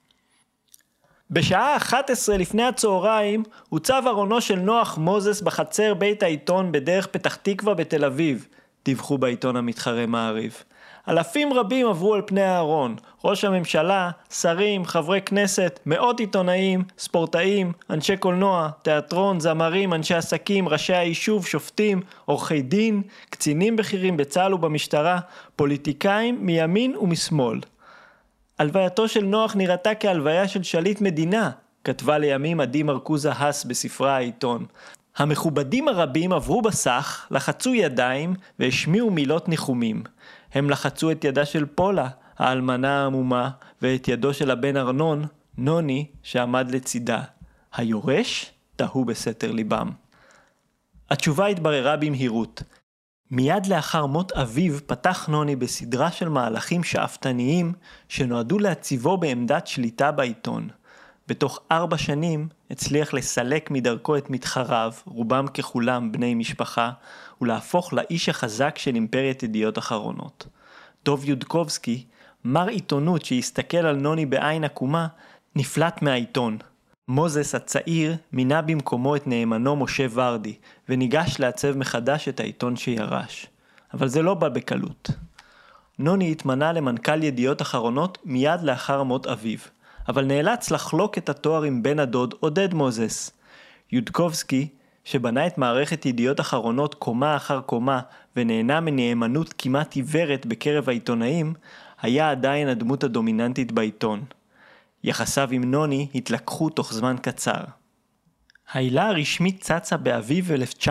בשעה 11 לפני הצהריים הוצב ארונו של נוח מוזס בחצר בית העיתון בדרך פתח תקווה בתל אביב, דיווחו בעיתון המתחרה מעריב. אלפים רבים עברו על פני הארון, ראש הממשלה, שרים, חברי כנסת, מאות עיתונאים, ספורטאים, אנשי קולנוע, תיאטרון, זמרים, אנשי עסקים, ראשי היישוב, שופטים, עורכי דין, קצינים בכירים בצה"ל ובמשטרה, פוליטיקאים מימין ומשמאל. הלווייתו של נוח נראתה כהלוויה של שליט מדינה, כתבה לימים עדי מרקוזה האס בספרה העיתון. המכובדים הרבים עברו בסך, לחצו ידיים והשמיעו מילות ניחומים. הם לחצו את ידה של פולה, האלמנה העמומה, ואת ידו של הבן ארנון, נוני, שעמד לצידה. היורש? תהו בסתר ליבם. התשובה התבררה במהירות. מיד לאחר מות אביו פתח נוני בסדרה של מהלכים שאפתניים שנועדו להציבו בעמדת שליטה בעיתון. בתוך 4 שנים הצליח לסלק מדרכו את מתחריו, רובם ככולם בני משפחה, ולהפוך לאיש החזק של אימפריית ידיעות אחרונות. דוב יודקובסקי, מר עיתונות שהסתכל על נוני בעין עקומה, נפלט מהעיתון. מוזס הצעיר מינה במקומו את נאמנו משה ורדי, וניגש לעצב מחדש את העיתון שירש. אבל זה לא בא בקלות. נוני התמנה למנכ"ל ידיעות אחרונות מיד לאחר מות אביו, אבל נאלץ לחלוק את התואר עם בן הדוד עודד מוזס. יודקובסקי, שבנה את מערכת ידיעות אחרונות קומה אחר קומה ונהנה מנאמנות כמעט עיוורת בקרב העיתונאים, היה עדיין הדמות הדומיננטית בעיתון. יחסיו עם נוני התלקחו תוך זמן קצר. העילה הרשמית צצה באביב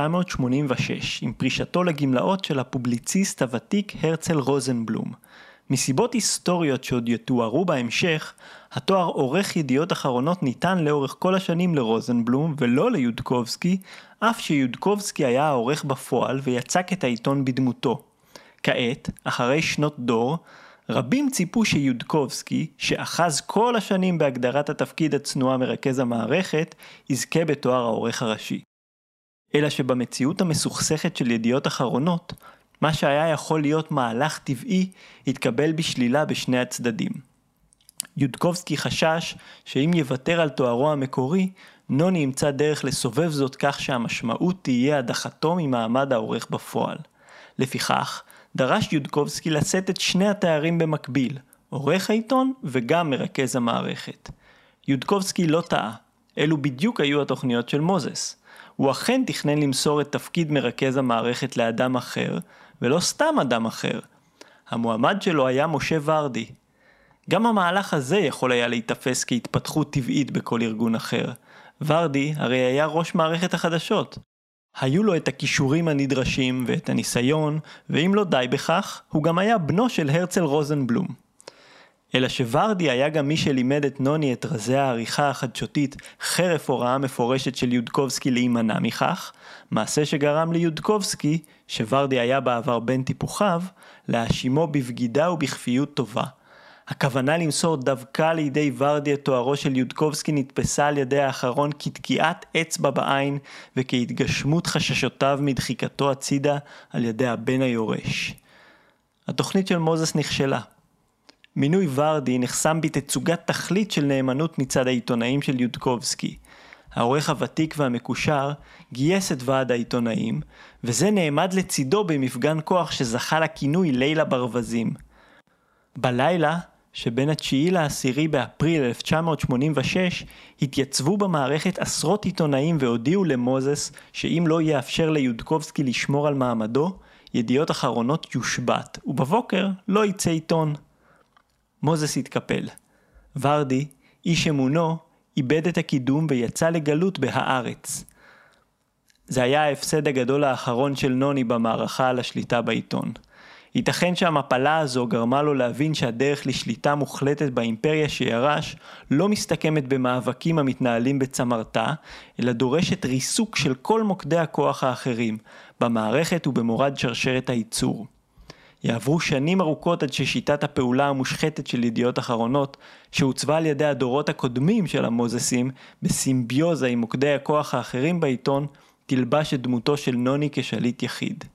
1986 עם פרישתו לגמלאות של הפובליציסט הוותיק הרצל רוזנבלום. מסיבות היסטוריות שעוד יתוארו בהמשך, התואר עורך ידיעות אחרונות ניתן לאורך כל השנים לרוזנבלום ולא ליודקובסקי, אף שיודקובסקי היה העורך בפועל ויצק את העיתון בדמותו. כעת, אחרי שנות דור, רבים ציפו שיודקובסקי, שאחז כל השנים בהגדרת התפקיד הצנועה מרכז המערכת, יזכה בתואר העורך הראשי. אלא שבמציאות המסוכסכת של ידיעות אחרונות, מה שהיה יכול להיות מהלך טבעי, התקבל בשלילה בשני הצדדים. יודקובסקי חשש שאם יוותר על תוארו המקורי, נוני ימצא דרך לסובב זאת כך שהמשמעות תהיה הדחתו ממעמד העורך בפועל. לפיכך, דרש יודקובסקי לשאת את שני התארים במקביל, עורך העיתון וגם מרכז המערכת. יודקובסקי לא טעה, אלו בדיוק היו התוכניות של מוזס. הוא אכן תכנן למסור את תפקיד מרכז המערכת לאדם אחר, ולא סתם אדם אחר. המועמד שלו היה משה ורדי. גם המהלך הזה יכול היה להתאפס כהתפתחות טבעית בכל ארגון אחר. ורדי הרי היה ראש מערכת החדשות. היו לו את הכישורים הנדרשים ואת הניסיון, ואם לא די בכך, הוא גם היה בנו של הרצל רוזנבלום. אלא שוורדי היה גם מי שלימד את נוני את רזי העריכה החדשותית חרף הוראה מפורשת של יודקובסקי להימנע מכך, מעשה שגרם ליודקובסקי, שוורדי היה בעבר בן טיפוחיו, להאשימו בבגידה ובכפיות טובה. הכוונה למסור דווקא לידי ורדי את תוארו של יודקובסקי נתפסה על ידי האחרון כתקיעת אצבע בעין וכהתגשמות חששותיו מדחיקתו הצידה על ידי הבן היורש. התוכנית של מוזס נכשלה. מינוי ורדי נחסם בתצוגת תכלית של נאמנות מצד העיתונאים של יודקובסקי. העורך הוותיק והמקושר גייס את ועד העיתונאים, וזה נעמד לצידו במפגן כוח שזכה לכינוי ליל ברווזים. בלילה, שבין ה-9 ל-10 באפריל 1986, התייצבו במערכת עשרות עיתונאים והודיעו למוזס שאם לא יאפשר ליודקובסקי לשמור על מעמדו, ידיעות אחרונות יושבת, ובבוקר לא יצא עיתון. מוזס התקפל. ורדי, איש אמונו, איבד את הקידום ויצא לגלות בהארץ. זה היה ההפסד הגדול האחרון של נוני במערכה על השליטה בעיתון. ייתכן שהמפלה הזו גרמה לו להבין שהדרך לשליטה מוחלטת באימפריה שירש לא מסתכמת במאבקים המתנהלים בצמרתה, אלא דורשת ריסוק של כל מוקדי הכוח האחרים, במערכת ובמורד שרשרת הייצור. יעברו שנים ארוכות עד ששיטת הפעולה המושחתת של ידיעות אחרונות, שהוצבה על ידי הדורות הקודמים של המוזסים, בסימביוזה עם מוקדי הכוח האחרים בעיתון, תלבש את דמותו של נוני כשליט יחיד.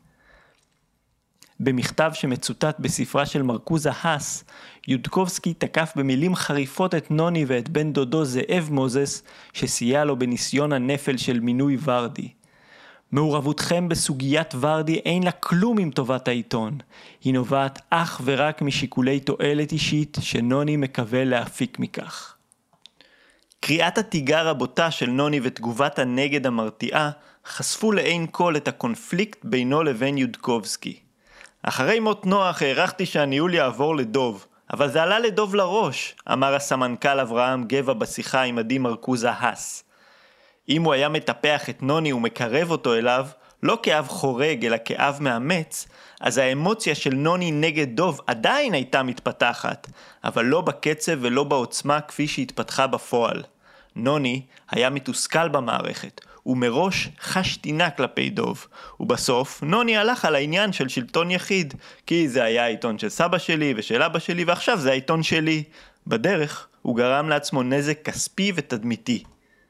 במכתב שמצוטט בספרה של מרקוזה האס, יודקובסקי תקף במילים חריפות את נוני ואת בן דודו זאב מוזס, שסייע לו בניסיון הנפל של מינוי ורדי. מעורבותכם בסוגיית ורדי אין לה כלום עם טובת העיתון. היא נובעת אך ורק משיקולי תועלת אישית שנוני מקווה להפיק מכך. קריאת התיגר הבוטה של נוני ותגובת הנגד המרתיעה חשפו לעין כל את הקונפליקט בינו לבין יודקובסקי. אחרי מות נוח הערכתי שהניהול יעבור לדוב, אבל זה עלה לדוב לראש, אמר הסמנכ"ל אברהם גבע בשיחה עם עדי מרקוזה האס. אם הוא היה מטפח את נוני ומקרב אותו אליו, לא כאב חורג אלא כאב מאמץ, אז האמוציה של נוני נגד דוב עדיין הייתה מתפתחת, אבל לא בקצב ולא בעוצמה כפי שהתפתחה בפועל. נוני היה מתוסכל במערכת, ומראש חש טינה כלפי דוב, ובסוף נוני הלך על העניין של שלטון יחיד, כי זה היה העיתון של סבא שלי ושל אבא שלי, ועכשיו זה העיתון שלי. בדרך הוא גרם לעצמו נזק כספי ותדמיתי.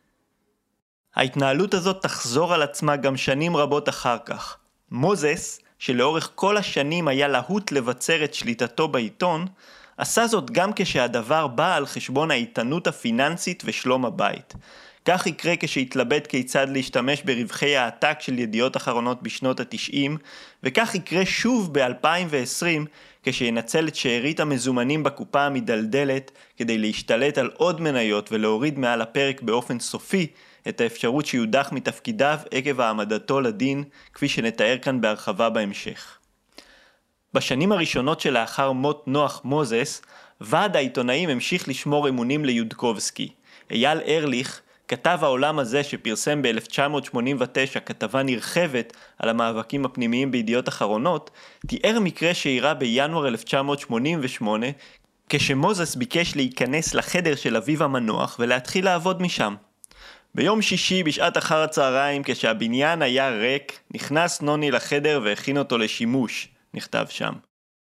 ההתנהלות הזאת תחזור על עצמה גם שנים רבות אחר כך. מוזס, שלאורך כל השנים היה להוט לבצר את שליטתו בעיתון, עשה זאת גם כשהדבר בא על חשבון האיתנות הפיננסית ושלום הבית. כך יקרה כשהתלבט כיצד להשתמש ברווחי העתק של ידיעות אחרונות בשנות ה-90, וכך יקרה שוב ב-2020 כשינצל את שארית המזומנים בקופה המדלדלת כדי להשתלט על עוד מניות ולהוריד מעל הפרק באופן סופי את האפשרות שיודח מתפקידיו עקב העמדתו לדין, כפי שנתאר כאן בהרחבה בהמשך. בשנים הראשונות שלאחר מות נוח מוזס, ועד העיתונאים המשיך לשמור אמונים ליודקובסקי. אייל ארליך, כתב העולם הזה שפרסם ב-1989 כתבה נרחבת על המאבקים הפנימיים בידיעות אחרונות, תיאר מקרה שאירע בינואר 1988, כשמוזס ביקש להיכנס לחדר של אביו המנוח ולהתחיל לעבוד משם. ביום שישי בשעת אחר הצהריים, כשהבניין היה ריק, נכנס נוני לחדר והכין אותו לשימוש, נכתב שם.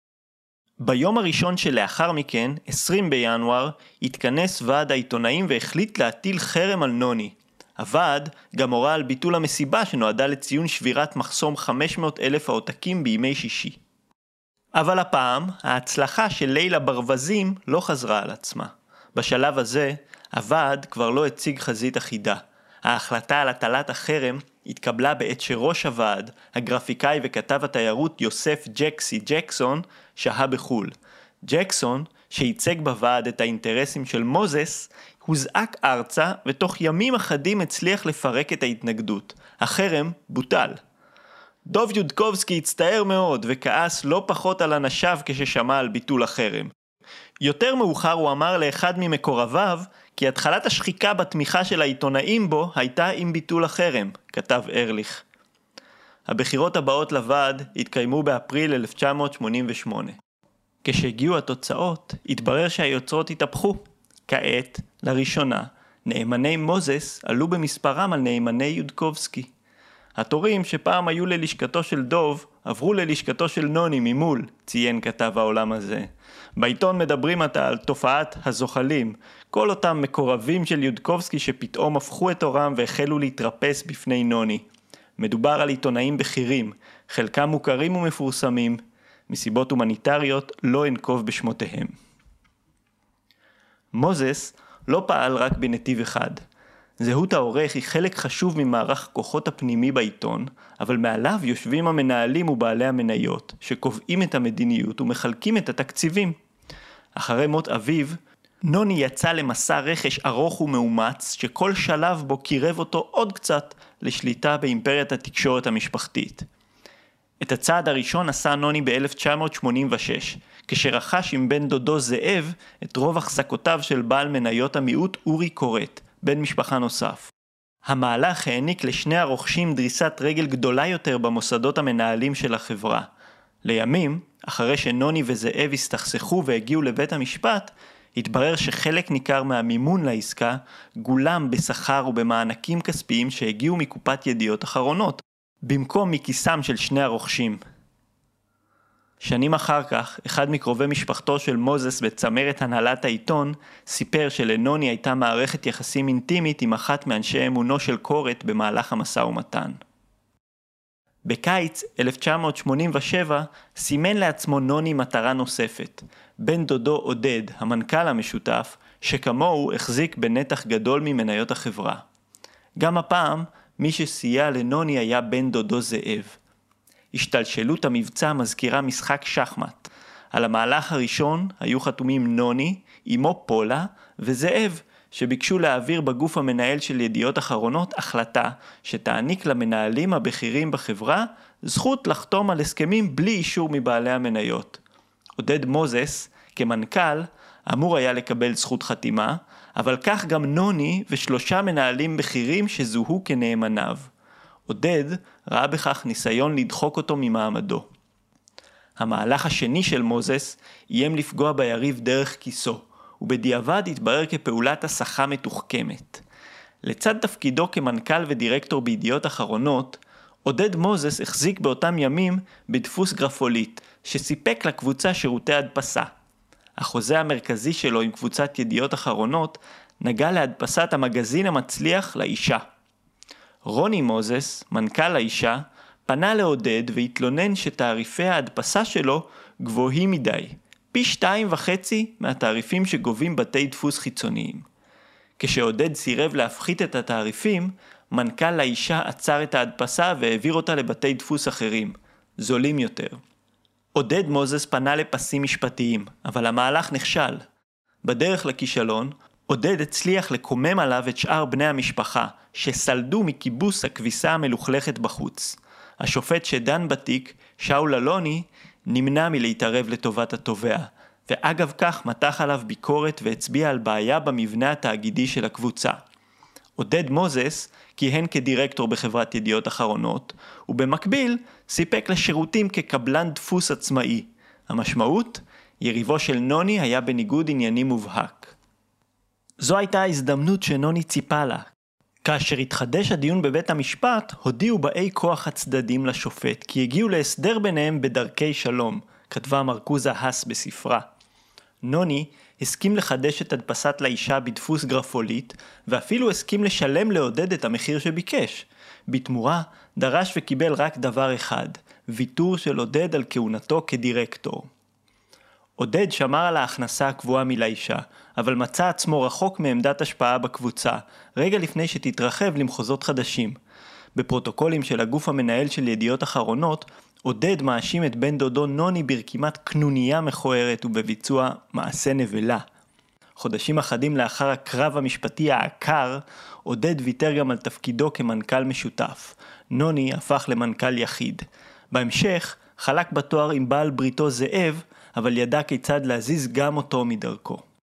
ביום הראשון שלאחר מכן, 20 בינואר, התכנס ועד העיתונאים והחליט להטיל חרם על נוני. הוועד גם הורה על ביטול המסיבה שנועדה לציון שבירת מחסום 500,000 העותקים בימי שישי. אבל הפעם, ההצלחה של ליל הברווזים לא חזרה על עצמה. בשלב הזה, הוועד כבר לא הציג חזית אחידה. ההחלטה על הטלת החרם התקבלה בעת שראש הוועד, הגרפיקאי וכתב התיירות יוסף ג'קסי ג'קסון, שהה בחול. ג'קסון, שייצג בוועד את האינטרסים של מוזס, הוזעק ארצה ותוך ימים אחדים הצליח לפרק את ההתנגדות. החרם בוטל. דוב יודקובסקי הצטער מאוד וכעס לא פחות על אנשיו כששמע על ביטול החרם. יותר מאוחר הוא אמר לאחד ממקורביו כי התחלת השחיקה בתמיכה של העיתונאים בו הייתה עם ביטול החרם, כתב ארליך. הבחירות הבאות לוועד התקיימו באפריל 1988. כשהגיעו התוצאות, התברר שהיוצרות התהפכו. כעת, לראשונה, נאמני מוזס עלו במספרם על נאמני יודקובסקי. התורים שפעם היו ללשכתו של דוב, עברו ללשכתו של נוני ממול, ציין כתב העולם הזה. בעיתון מדברים עתה על תופעת הזוחלים, כל אותם מקורבים של יודקובסקי שפתאום הפכו את אורם והחלו להתרפס בפני נוני. מדובר על עיתונאים בכירים, חלקם מוכרים ומפורסמים, מסיבות הומניטריות לא אנקוב בשמותיהם. מוזס לא פעל רק בנתיב אחד. זהות העורך היא חלק חשוב ממערך כוחות הפנימי בעיתון, אבל מעליו יושבים המנהלים ובעלי המניות, שקובעים את המדיניות ומחלקים את התקציבים. אחרי מות אביו, נוני יצא למסע רכש ארוך ומאומץ, שכל שלב בו קירב אותו עוד קצת לשליטה באימפריית התקשורת המשפחתית. את הצעד הראשון עשה נוני ב-1986, כשרכש עם בן דודו זאב את רוב החזקותיו של בעל מניות המיעוט אורי קורט, בן משפחה נוסף. המהלך העניק לשני הרוכשים דריסת רגל גדולה יותר במוסדות המנהלים של החברה. לימים, אחרי שנוני וזאב הסתכסכו והגיעו לבית המשפט, התברר שחלק ניכר מהמימון לעסקה גולם בשכר ובמענקים כספיים שהגיעו מקופת ידיעות אחרונות, במקום מכיסם של שני הרוכשים. שנים אחר כך, אחד מקרובי משפחתו של מוזס בצמרת הנהלת העיתון, סיפר שלנוני הייתה מערכת יחסים אינטימית עם אחת מאנשי אמונו של קורט במהלך המשא ומתן. בקיץ 1987 סימן לעצמו נוני מטרה נוספת, בן דודו עודד, המנכ"ל המשותף, שכמוהו החזיק בנתח גדול ממניות החברה. גם הפעם, מי שסייע לנוני היה בן דודו זאב. השתלשלות המבצע מזכירה משחק שחמט. על המהלך הראשון היו חתומים נוני, אמו פולה וזאב, שביקשו להעביר בגוף המנהל של ידיעות אחרונות החלטה שתעניק למנהלים הבכירים בחברה זכות לחתום על הסכמים בלי אישור מבעלי המניות. עודד מוזס, כמנכ"ל, אמור היה לקבל זכות חתימה, אבל כך גם נוני ושלושה מנהלים בכירים שזוהו כנאמניו. עודד ראה בכך ניסיון לדחוק אותו ממעמדו. המהלך השני של מוזס איים לפגוע ביריב דרך כיסו, ובדיעבד התברר כפעולת הסחה מתוחכמת. לצד תפקידו כמנכ"ל ודירקטור בידיעות אחרונות, עודד מוזס החזיק באותם ימים בדפוס גרפוליט, שסיפק לקבוצה שירותי הדפסה. החוזה המרכזי שלו עם קבוצת ידיעות אחרונות נגע להדפסת המגזין המצליח לאישה. רוני מוזס, מנכ"ל האישה, פנה לעודד והתלונן שתעריפי ההדפסה שלו גבוהים מדי, פי 2.5 מהתעריפים שגובים בתי דפוס חיצוניים. כשעודד סירב להפחית את התעריפים, מנכ"ל האישה עצר את ההדפסה והעביר אותה לבתי דפוס אחרים, זולים יותר. עודד מוזס פנה לפסים משפטיים, אבל המהלך נכשל. בדרך לכישלון, עודד הצליח לקומם עליו את שאר בני המשפחה, שסלדו מכיבוס הכביסה המלוכלכת בחוץ. השופט שדן בתיק, שאול אלוני, נמנע מלהתערב לטובת התובע, ואגב כך מתח עליו ביקורת והצביע על בעיה במבנה התאגידי של הקבוצה. עודד מוזס כיהן כדירקטור בחברת ידיעות אחרונות, ובמקביל סיפק לשירותים כקבלן דפוס עצמאי. המשמעות? יריבו של נוני היה בניגוד עניינים מובהק. זו הייתה ההזדמנות שנוני ציפה לה. כאשר התחדש הדיון בבית המשפט, הודיעו באי כוח הצדדים לשופט, כי הגיעו להסדר ביניהם בדרכי שלום, כתבה מרקוזה האס בספרה. נוני הסכים לחדש את הדפסת לאישה בדפוס גרפוליט, ואפילו הסכים לשלם לעודד את המחיר שביקש. בתמורה דרש וקיבל רק דבר אחד, ויתור של עודד על כהונתו כדירקטור. עודד שמר על ההכנסה הקבועה מלאישה, אבל מצא עצמו רחוק מעמדת השפעה בקבוצה, רגע לפני שתתרחב למחוזות חדשים. בפרוטוקולים של הגוף המנהל של ידיעות אחרונות, עודד מאשים את בן דודו נוני ברקימת קנוניה מכוערת ובביצוע מעשה נבלה. חודשים אחדים לאחר הקרב המשפטי העקר, עודד ויתר גם על תפקידו כמנכ"ל משותף. נוני הפך למנכ"ל יחיד. בהמשך חלק בתואר עם בעל בריתו זאב, אבל ידע כיצד להזיז גם אותו מדרכו.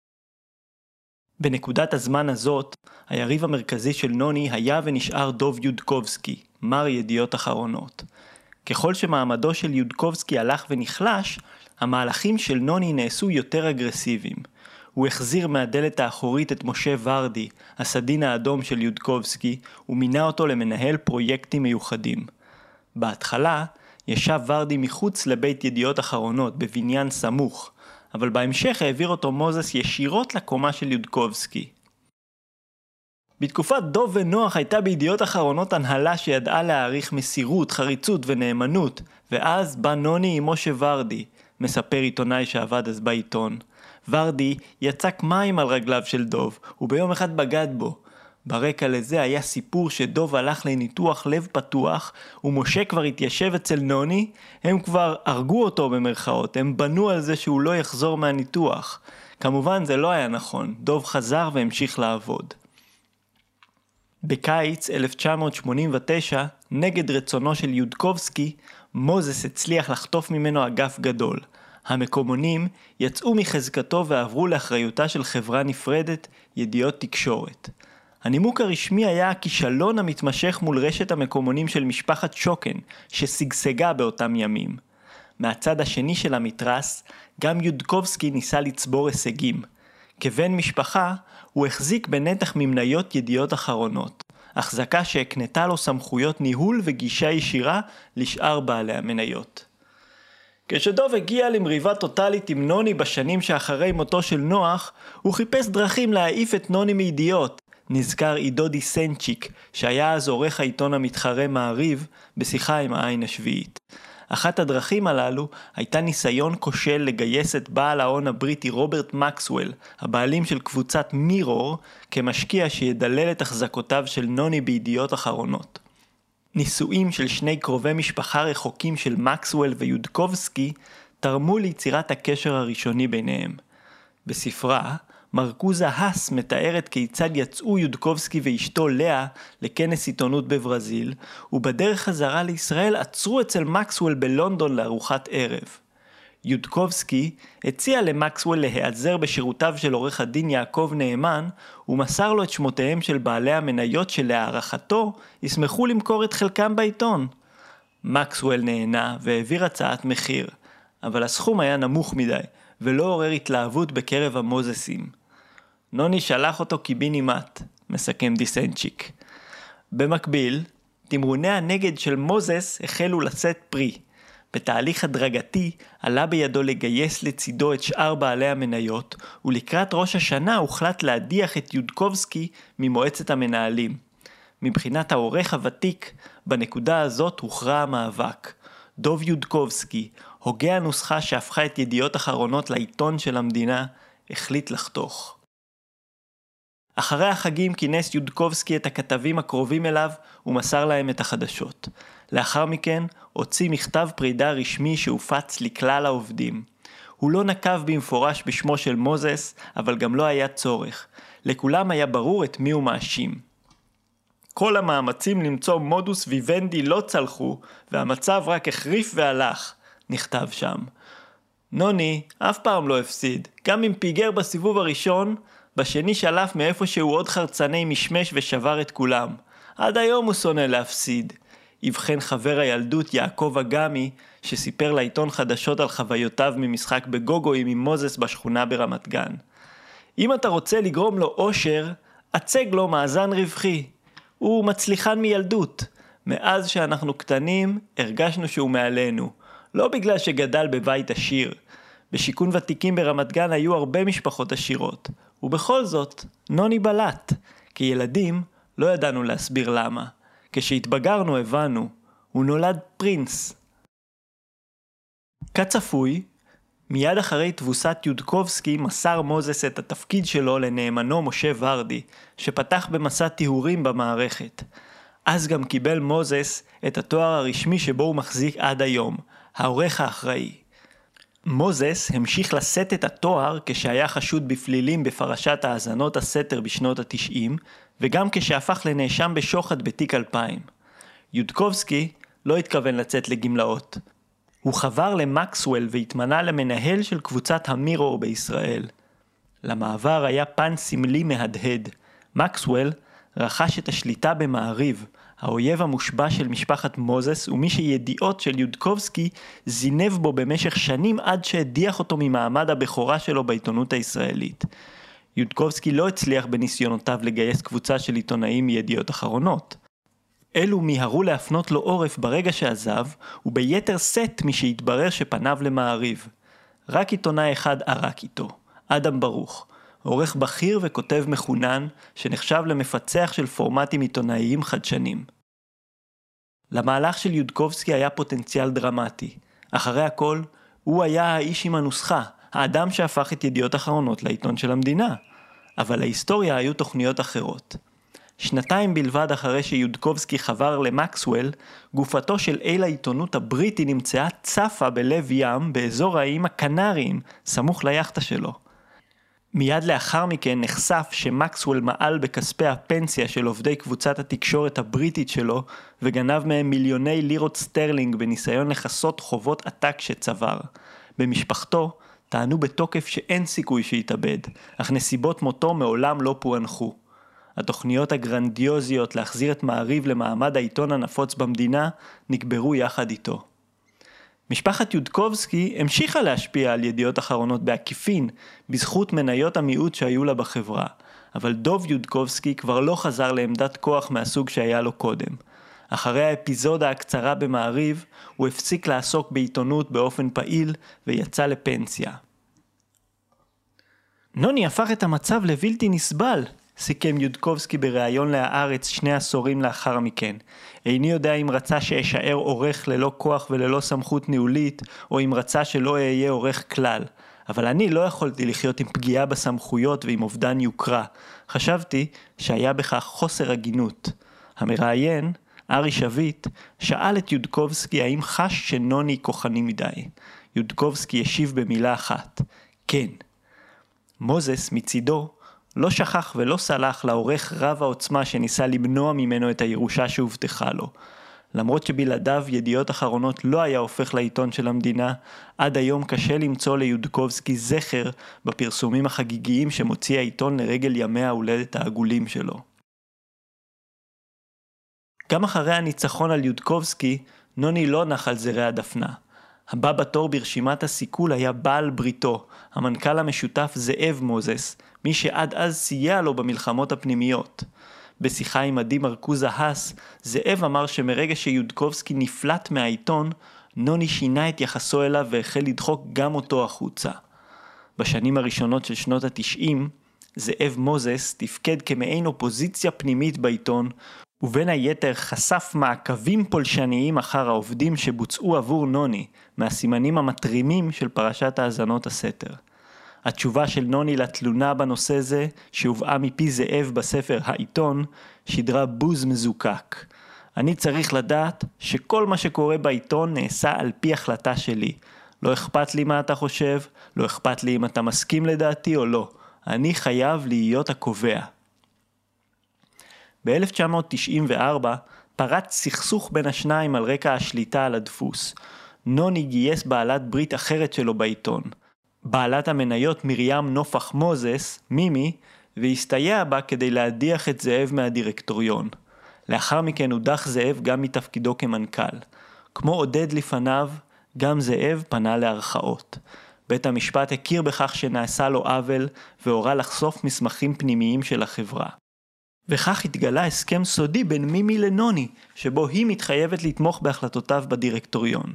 בנקודת הזמן הזאת, היריב המרכזי של נוני היה ונשאר דוב יודקובסקי, מר ידיעות אחרונות. ככל שמעמדו של יודקובסקי הלך ונחלש, המהלכים של נוני נעשו יותר אגרסיביים. הוא החזיר מהדלת האחורית את משה ורדי, הסדין האדום של יודקובסקי, ומינה אותו למנהל פרויקטים מיוחדים. בהתחלה, ישב ורדי מחוץ לבית ידיעות אחרונות בבניין סמוך, אבל בהמשך העביר אותו מוזס ישירות לקומה של יודקובסקי. בתקופת דוב ונוח הייתה בידיעות אחרונות הנהלה שידעה להעריך מסירות, חריצות ונאמנות, ואז בא נוני עם משה ורדי, מספר עיתונאי שעבד אז בעיתון. ורדי יצק מים על רגליו של דוב, וביום אחד בגד בו. ברקע לזה היה סיפור שדוב הלך לניתוח לב פתוח, ומשה כבר התיישב אצל נוני, הם כבר הרגו אותו במרכאות, הם בנו על זה שהוא לא יחזור מהניתוח. כמובן זה לא היה נכון, דוב חזר והמשיך לעבוד. בקיץ 1989, נגד רצונו של יודקובסקי, מוזס הצליח לחטוף ממנו אגף גדול. המקומונים יצאו מחזקתו ועברו לאחריותה של חברה נפרדת, ידיעות תקשורת. הנימוק הרשמי היה הכישלון המתמשך מול רשת המקומונים של משפחת שוקן, ששגשגה באותם ימים. מהצד השני של המתרס, גם יודקובסקי ניסה לצבור הישגים. כבן משפחה, הוא החזיק בנתח ממניות ידיעות אחרונות, החזקה שהקנתה לו סמכויות ניהול וגישה ישירה לשאר בעלי המניות. כשדוב הגיע למריבה טוטלית עם נוני בשנים שאחרי מותו של נוח, הוא חיפש דרכים להעיף את נוני מידיעות, נזכר עידו דיסנצ'יק, שהיה אז עורך העיתון המתחרה מעריב, בשיחה עם העין השביעית. אחת הדרכים הללו הייתה ניסיון כושל לגייס את בעל ההון הבריטי רוברט מקסוול, הבעלים של קבוצת מירור, כמשקיע שידלל את החזקותיו של נוני בידיעות אחרונות. נישואים של שני קרובי משפחה רחוקים של מקסוול ויודקובסקי תרמו ליצירת הקשר הראשוני ביניהם. בספרה, מרקוזה האס מתארת כיצד יצאו יודקובסקי ואשתו לאה לכנס עיתונות בברזיל, ובדרך חזרה לישראל עצרו אצל מקסוול בלונדון לארוחת ערב. יודקובסקי הציע למקסוול להיעזר בשירותיו של עורך הדין יעקב נאמן, ומסר לו את שמותיהם של בעלי המניות שלהערכתו ישמחו למכור את חלקם בעיתון. מקסוול נהנה והעביר הצעת מחיר, אבל הסכום היה נמוך מדי, ולא עורר התלהבות בקרב המוזסים. נוני שלח אותו קיבינימט, מסכם דיסנצ'יק. במקביל, תמרוני הנגד של מוזס החלו לשאת פרי. בתהליך הדרגתי עלה בידו לגייס לצידו את שאר בעלי המניות, ולקראת ראש השנה הוחלט להדיח את יודקובסקי ממועצת המנהלים. מבחינת העורך הוותיק, בנקודה הזאת הוכרע המאבק. דוב יודקובסקי, הוגה הנוסחה שהפכה את ידיעות אחרונות לעיתון של המדינה, החליט לחתוך. אחרי החגים כינס יודקובסקי את הכתבים הקרובים אליו ומסר להם את החדשות. לאחר מכן הוציא מכתב פרידה רשמי שהופץ לכלל העובדים. הוא לא נקב במפורש בשמו של מוזס, אבל גם לא היה צורך. לכולם היה ברור את מי הוא מאשים. כל המאמצים למצוא מודוס ויבנדי לא צלחו, והמצב רק החריף והלך, נכתב שם. נוני אף פעם לא הפסיד, גם אם פיגר בסיבוב הראשון, בשני שלף מאיפה שהוא עוד חרצני משמש ושבר את כולם. עד היום הוא שונא להפסיד. יבחן חבר הילדות יעקב אגמי, שסיפר לעיתון חדשות על חוויותיו ממשחק בגוגויים עם מוזס בשכונה ברמת גן. אם אתה רוצה לגרום לו אושר, הצג לו מאזן רווחי. הוא מצליחן מילדות. מאז שאנחנו קטנים, הרגשנו שהוא מעלינו. לא בגלל שגדל בבית עשיר. בשיכון ותיקים ברמת גן היו הרבה משפחות עשירות. ובכל זאת, נוני בלט. כילדים, לא ידענו להסביר למה. כשהתבגרנו הבנו, הוא נולד פרינס. כצפוי, מיד אחרי תבוסת יודקובסקי מסר מוזס את התפקיד שלו לנאמנו משה ורדי, שפתח במסע טיהורים במערכת. אז גם קיבל מוזס את התואר הרשמי שבו הוא מחזיק עד היום, העורך האחראי. מוזס המשיך לשאת את התואר כשהיה חשוד בפלילים בפרשת האזנות הסתר בשנות ה-90, וגם כשהפך לנאשם בשוחד בתיק 2000. יודקובסקי לא התכוון לצאת לגמלאות. הוא חבר למקסוול והתמנה למנהל של קבוצת המירור בישראל. למעבר היה פן סמלי מהדהד. מקסוול רכש את השליטה במעריב, האויב המושבע של משפחת מוזס, ומי שידיעות של יודקובסקי זינב בו במשך שנים עד שהדיח אותו ממעמד הבכורה שלו בעיתונות הישראלית. יודקובסקי לא הצליח בניסיונותיו לגייס קבוצה של עיתונאים מידיעות אחרונות. אלו מיהרו להפנות לו עורף ברגע שעזב, וביתר סט מי שהתברר שפניו למעריב. רק עיתונאי אחד ערק איתו, אדם ברוך, עורך בכיר וכותב מחונן, שנחשב למפצח של פורמטים עיתונאיים חדשנים. למהלך של יודקובסקי היה פוטנציאל דרמטי. אחרי הכל, הוא היה האיש עם הנוסחה, האדם שהפך את ידיעות אחרונות לעיתון של המדינה. אבל להיסטוריה היו תוכניות אחרות. שנתיים בלבד אחרי שיודקובסקי חבר למקסוול, גופתו של אל העיתונות הבריטי נמצאה צפה בלב ים באזור האיים הקנריים, סמוך ליחטה שלו. מיד לאחר מכן נחשף שמקסוול מעל בכספי הפנסיה של עובדי קבוצת התקשורת הבריטית שלו, וגנב מהם מיליוני לירות סטרלינג בניסיון לחסות חובות עתק שצבר. במשפחתו טענו בתוקף שאין סיכוי שיתאבד, אך נסיבות מותו מעולם לא פוענחו. התוכניות הגרנדיוזיות להחזיר את מעריב למעמד העיתון הנפוץ במדינה נקברו יחד איתו. משפחת יודקובסקי המשיכה להשפיע על ידיעות אחרונות בעקיפין בזכות מניות המיעוט שהיו לה בחברה, אבל דוב יודקובסקי כבר לא חזר לעמדת כוח מהסוג שהיה לו קודם. אחרי האפיזודה הקצרה במעריב, הוא הפסיק לעסוק בעיתונות באופן פעיל ויצא לפנסיה. נוני הפך את המצב לבלתי נסבל, סיכם יודקובסקי בריאיון להארץ 2 עשורים לאחר מכן. איני יודע אם רצה שאשאר עורך ללא כוח וללא סמכות ניהולית, או אם רצה שלא אהיה עורך כלל. אבל אני לא יכולתי לחיות עם פגיעה בסמכויות ועם אובדן יוקרה. חשבתי שהיה בכך חוסר הגינות. המראיין, ארי שביט, שאל את יודקובסקי האם חש שנוני כוחני מדי. יודקובסקי השיב במילה אחת, כן. מוזס מצידו לא שכח ולא סלח לעורך רב העוצמה שניסה למנוע ממנו את הירושה שהובטחה לו. למרות שבלעדיו ידיעות אחרונות לא היה הופך לעיתון של המדינה, עד היום קשה למצוא ליודקובסקי זכר בפרסומים החגיגיים שמוציא העיתון לרגל ימי ההולדת העגולים שלו. גם אחרי הניצחון על יודקובסקי, נוני לא נח על זרי הדפנה. הבא בתור ברשימת הסיכול היה בעל בריתו, המנכ"ל המשותף זאב מוזס, מי שעד אז סייע לו במלחמות הפנימיות. בשיחה עם עדי מרקוזה האס, זאב אמר שמרגע שיודקובסקי נפלט מהעיתון, נוני שינה את יחסו אליו והחל לדחוק גם אותו החוצה. בשנים הראשונות של שנות ה-90, זאב מוזס תפקד כמעין אופוזיציה פנימית בעיתון, ובין היתר חשף מעקבים פולשניים אחר העובדים שבוצעו עבור נוני, מהסימנים המטרימים של פרשת האזנות הסתר. התשובה של נוני לתלונה בנושא זה, שהובאה מפי זאב בספר העיתון, שידרה בוז מזוקק. אני צריך לדעת שכל מה שקורה בעיתון נעשה על פי החלטה שלי. לא אכפת לי מה אתה חושב, לא אכפת לי אם אתה מסכים לדעתי או לא. אני חייב להיות הקובע. ב-1994 פרץ סכסוך בין השניים על רקע השליטה על הדפוס. נוני גייס בעלת ברית אחרת שלו בעיתון. בעלת המניות מרים נופח מוזס, מימי, והסתייע בה כדי להדיח את זאב מהדירקטוריון. לאחר מכן הודח זאב גם מתפקידו כמנכ"ל. כמו עודד לפניו, גם זאב פנה לערכאות. בית המשפט הכיר בכך שנעשה לו עוול והורה לחשוף מסמכים פנימיים של החברה. וכך התגלה הסכם סודי בין מימי לנוני, שבו היא מתחייבת לתמוך בהחלטותיו בדירקטוריון.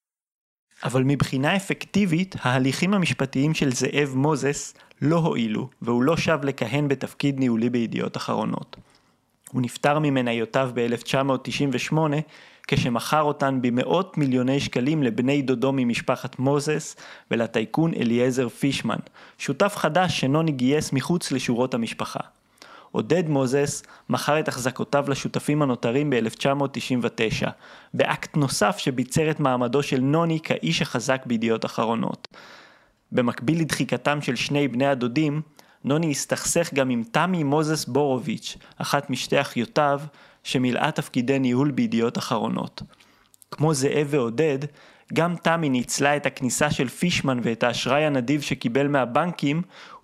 אבל מבחינה אפקטיבית, ההליכים המשפטיים של זאב מוזס לא הועילו, והוא לא שב לכהן בתפקיד ניהולי בידיעות אחרונות. הוא נפטר ממניותיו ב-1998, כשמכר אותן במאות מיליוני שקלים לבני דודו ממשפחת מוזס ולטייקון אליעזר פישמן, שותף חדש שנוני גייס מחוץ לשורות המשפחה. עודד מוזס מכר את החזקותיו לשותפים הנותרים ב-1999, באקט נוסף שביצר את מעמדו של נוני כאיש החזק בידיעות אחרונות. במקביל לדחיקתם של שני בני הדודים, נוני הסתכסך גם עם תמי מוזס בורוביץ', אחת משתי אחיותיו, שמילאה תפקידי ניהול בידיעות אחרונות. כמו זאב ועודד, גם תמי ניצלה את הכניסה של פישמן ואת האשראי הנדיב שקיבל מהבנקים,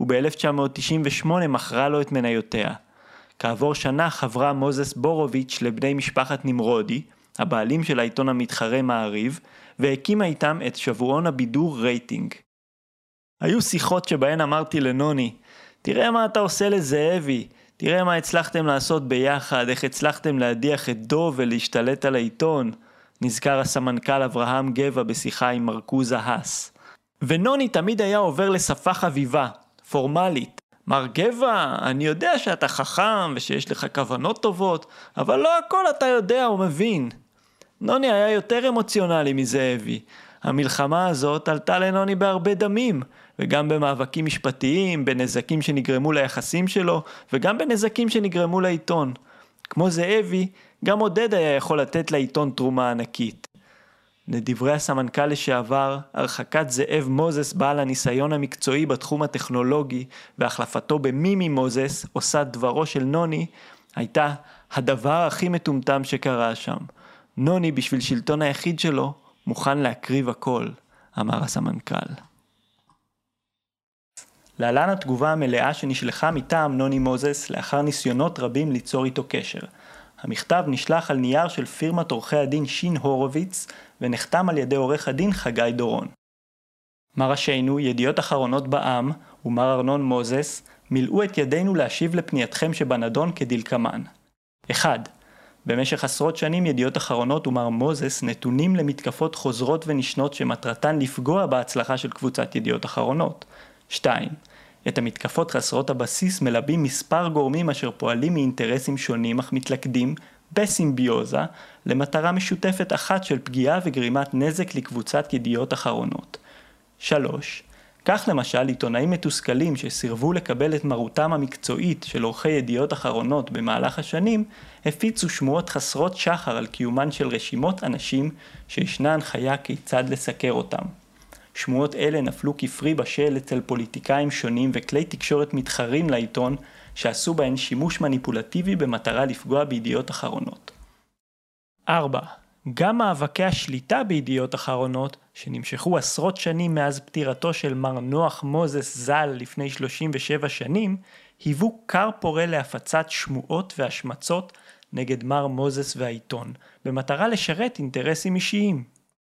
וב-1998 מכרה לו את מניותיה. כעבור שנה חברה מוזס בורוביץ' לבני משפחת נמרודי, הבעלים של העיתון המתחרה מעריב, והקימה איתם את שבועון הבידור רייטינג. היו שיחות שבהן אמרתי לנוני, תראה מה אתה עושה לזאבי, תראה מה הצלחתם לעשות ביחד, איך הצלחתם להדיח את דוב ולהשתלט על העיתון. נזכר הסמנכ"ל אברהם גבע בשיחה עם מרקוזה האס. ונוני תמיד היה עובר לשפה חביבה, פורמלית. מר גבע, אני יודע שאתה חכם ושיש לך כוונות טובות, אבל לא הכל אתה יודע או מבין. נוני היה יותר אמוציונלי מזאבי. המלחמה הזאת עלתה לנוני בהרבה דמים, וגם במאבקים משפטיים, בנזקים שנגרמו ליחסים שלו, וגם בנזקים שנגרמו לעיתון. כמו זאבי, גם עודד היה יכול לתת לעיתון תרומה ענקית. לדברי הסמנכ"ל לשעבר, הרחקת זאב מוזס בעל הניסיון המקצועי בתחום הטכנולוגי, והחלפתו במימי מוזס, עושה דברו של נוני, הייתה הדבר הכי מטומטם שקרה שם. נוני בשביל שלטון היחיד שלו, מוכן להקריב הכל, אמר הסמנכ"ל. להלן התגובה המלאה שנשלחה מטעם נוני מוזס לאחר ניסיונות רבים ליצור איתו קשר. המכתב נשלח על נייר של פירמת עורכי הדין שין הורוביץ ונחתם על ידי עורך הדין חגי דורון. מה ראשינו, ידיעות אחרונות בעם ומר ארנון מוזס מילאו את ידינו להשיב לפנייתכם שבנדון כדלקמן. 1. במשך עשרות שנים ידיעות אחרונות ומר מוזס נתונים למתקפות חוזרות ונשנות שמטרתן לפגוע בהצלחה של קבוצת ידיעות אחרונות. 2. את המתקפות חסרות הבסיס מלבים מספר גורמים אשר פועלים מאינטרסים שונים אך מתלכדים בסימביוזה למטרה משותפת אחת של פגיעה וגרימת נזק לקבוצת ידיעות אחרונות. 3. כך למשל עיתונאים מתוסכלים שסירבו לקבל את מרותם המקצועית של עורכי ידיעות אחרונות במהלך השנים, הפיצו שמועות חסרות שחר על קיומן של רשימות אנשים שישנה הנחיה כיצד לסקר אותם. שמועות אלה נפלו כפרי בשל אצל פוליטיקאים שונים וכלי תקשורת מתחרים לעיתון שעשו בהן שימוש מניפולטיבי במטרה לפגוע בידיעות אחרונות. 4. גם מאבקי השליטה בידיעות אחרונות, שנמשכו עשרות שנים מאז פטירתו של מר נוח מוזס ז"ל לפני 37 שנים, היוו כר פורה להפצת שמועות והשמצות נגד מר מוזס והעיתון, במטרה לשרת אינטרסים אישיים.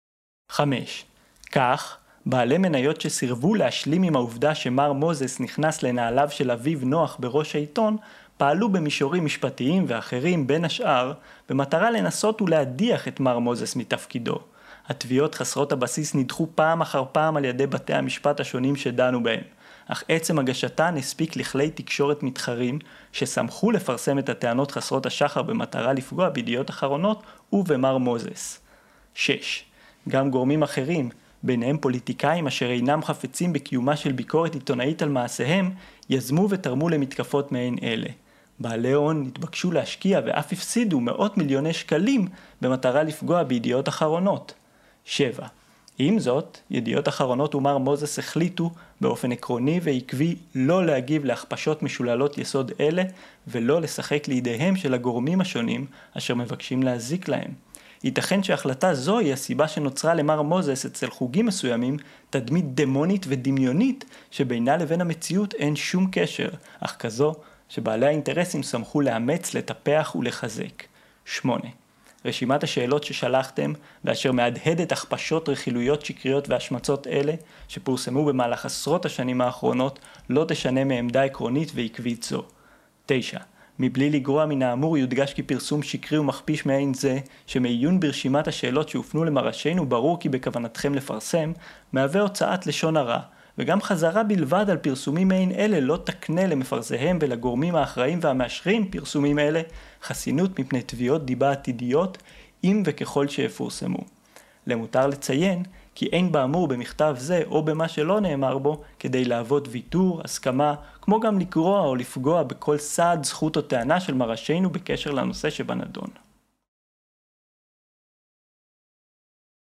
5. כך, בעלי מניות שסירבו להשלים עם העובדה שמר מוזס נכנס לנעליו של אביו נוח בראש העיתון, פעלו במישורים משפטיים ואחרים בין השאר, במטרה לנסות ולהדיח את מר מוזס מתפקידו. התביעות חסרות הבסיס נדחו פעם אחר פעם על ידי בתי המשפט השונים שדנו בהם, אך עצם הגשתן הספיק לכלי תקשורת מתחרים ששמחו לפרסם את הטענות חסרות השחר במטרה לפגוע בידיעות אחרונות ובמר מוזס. 6. גם גורמים אחרים, ביניהם פוליטיקאים אשר אינם חפצים בקיומה של ביקורת עיתונאית על מעשיהם, יזמו ותרמו למתקפות מעין אלה. בעלי הון נתבקשו להשקיע ואף הפסידו מאות מיליוני שקלים במטרה לפגוע בידיעות אחרונות. 7. עם זאת, ידיעות אחרונות ומר מוזס החליטו באופן עקרוני ועקבי לא להגיב להכפשות משוללות יסוד אלה ולא לשחק לידיהם של הגורמים השונים אשר מבקשים להזיק להם. ייתכן שהחלטה זו היא הסיבה שנוצרה למר מוזס אצל חוגים מסוימים תדמית דמונית ודמיונית שבינה לבין המציאות אין שום קשר, אך כזו שבעלי האינטרסים שמחו לאמץ, לטפח ולחזק. 8. רשימת השאלות ששלחתם ואשר מהדהדת הכפשות רכילויות שקריות והשמצות אלה שפורסמו במהלך עשרות השנים האחרונות לא תשנה מעמדה עקרונית ועקבית זו. 9. מבלי לגרוע מן האמור יודגש כי פרסום שקרי ומכפיש מעין זה, שמעיון ברשימת השאלות שהופנו למראשינו ברור כי בכוונתכם לפרסם, מהווה הוצאת לשון הרע, וגם חזרה בלבד על פרסומים מעין אלה לא תקנה למפרסיהם ולגורמים האחראים והמאשרים פרסומים אלה חסינות מפני תביעות דיבה עתידיות, אם וככל שיפורסמו. למותר לציין כי אין באמור במכתב זה או במה שלא נאמר בו כדי להוות ויתור, הסכמה, כמו גם לקרוע או לפגוע בכל סעד, זכות או טענה של מראשינו בקשר לנושא שבנדון.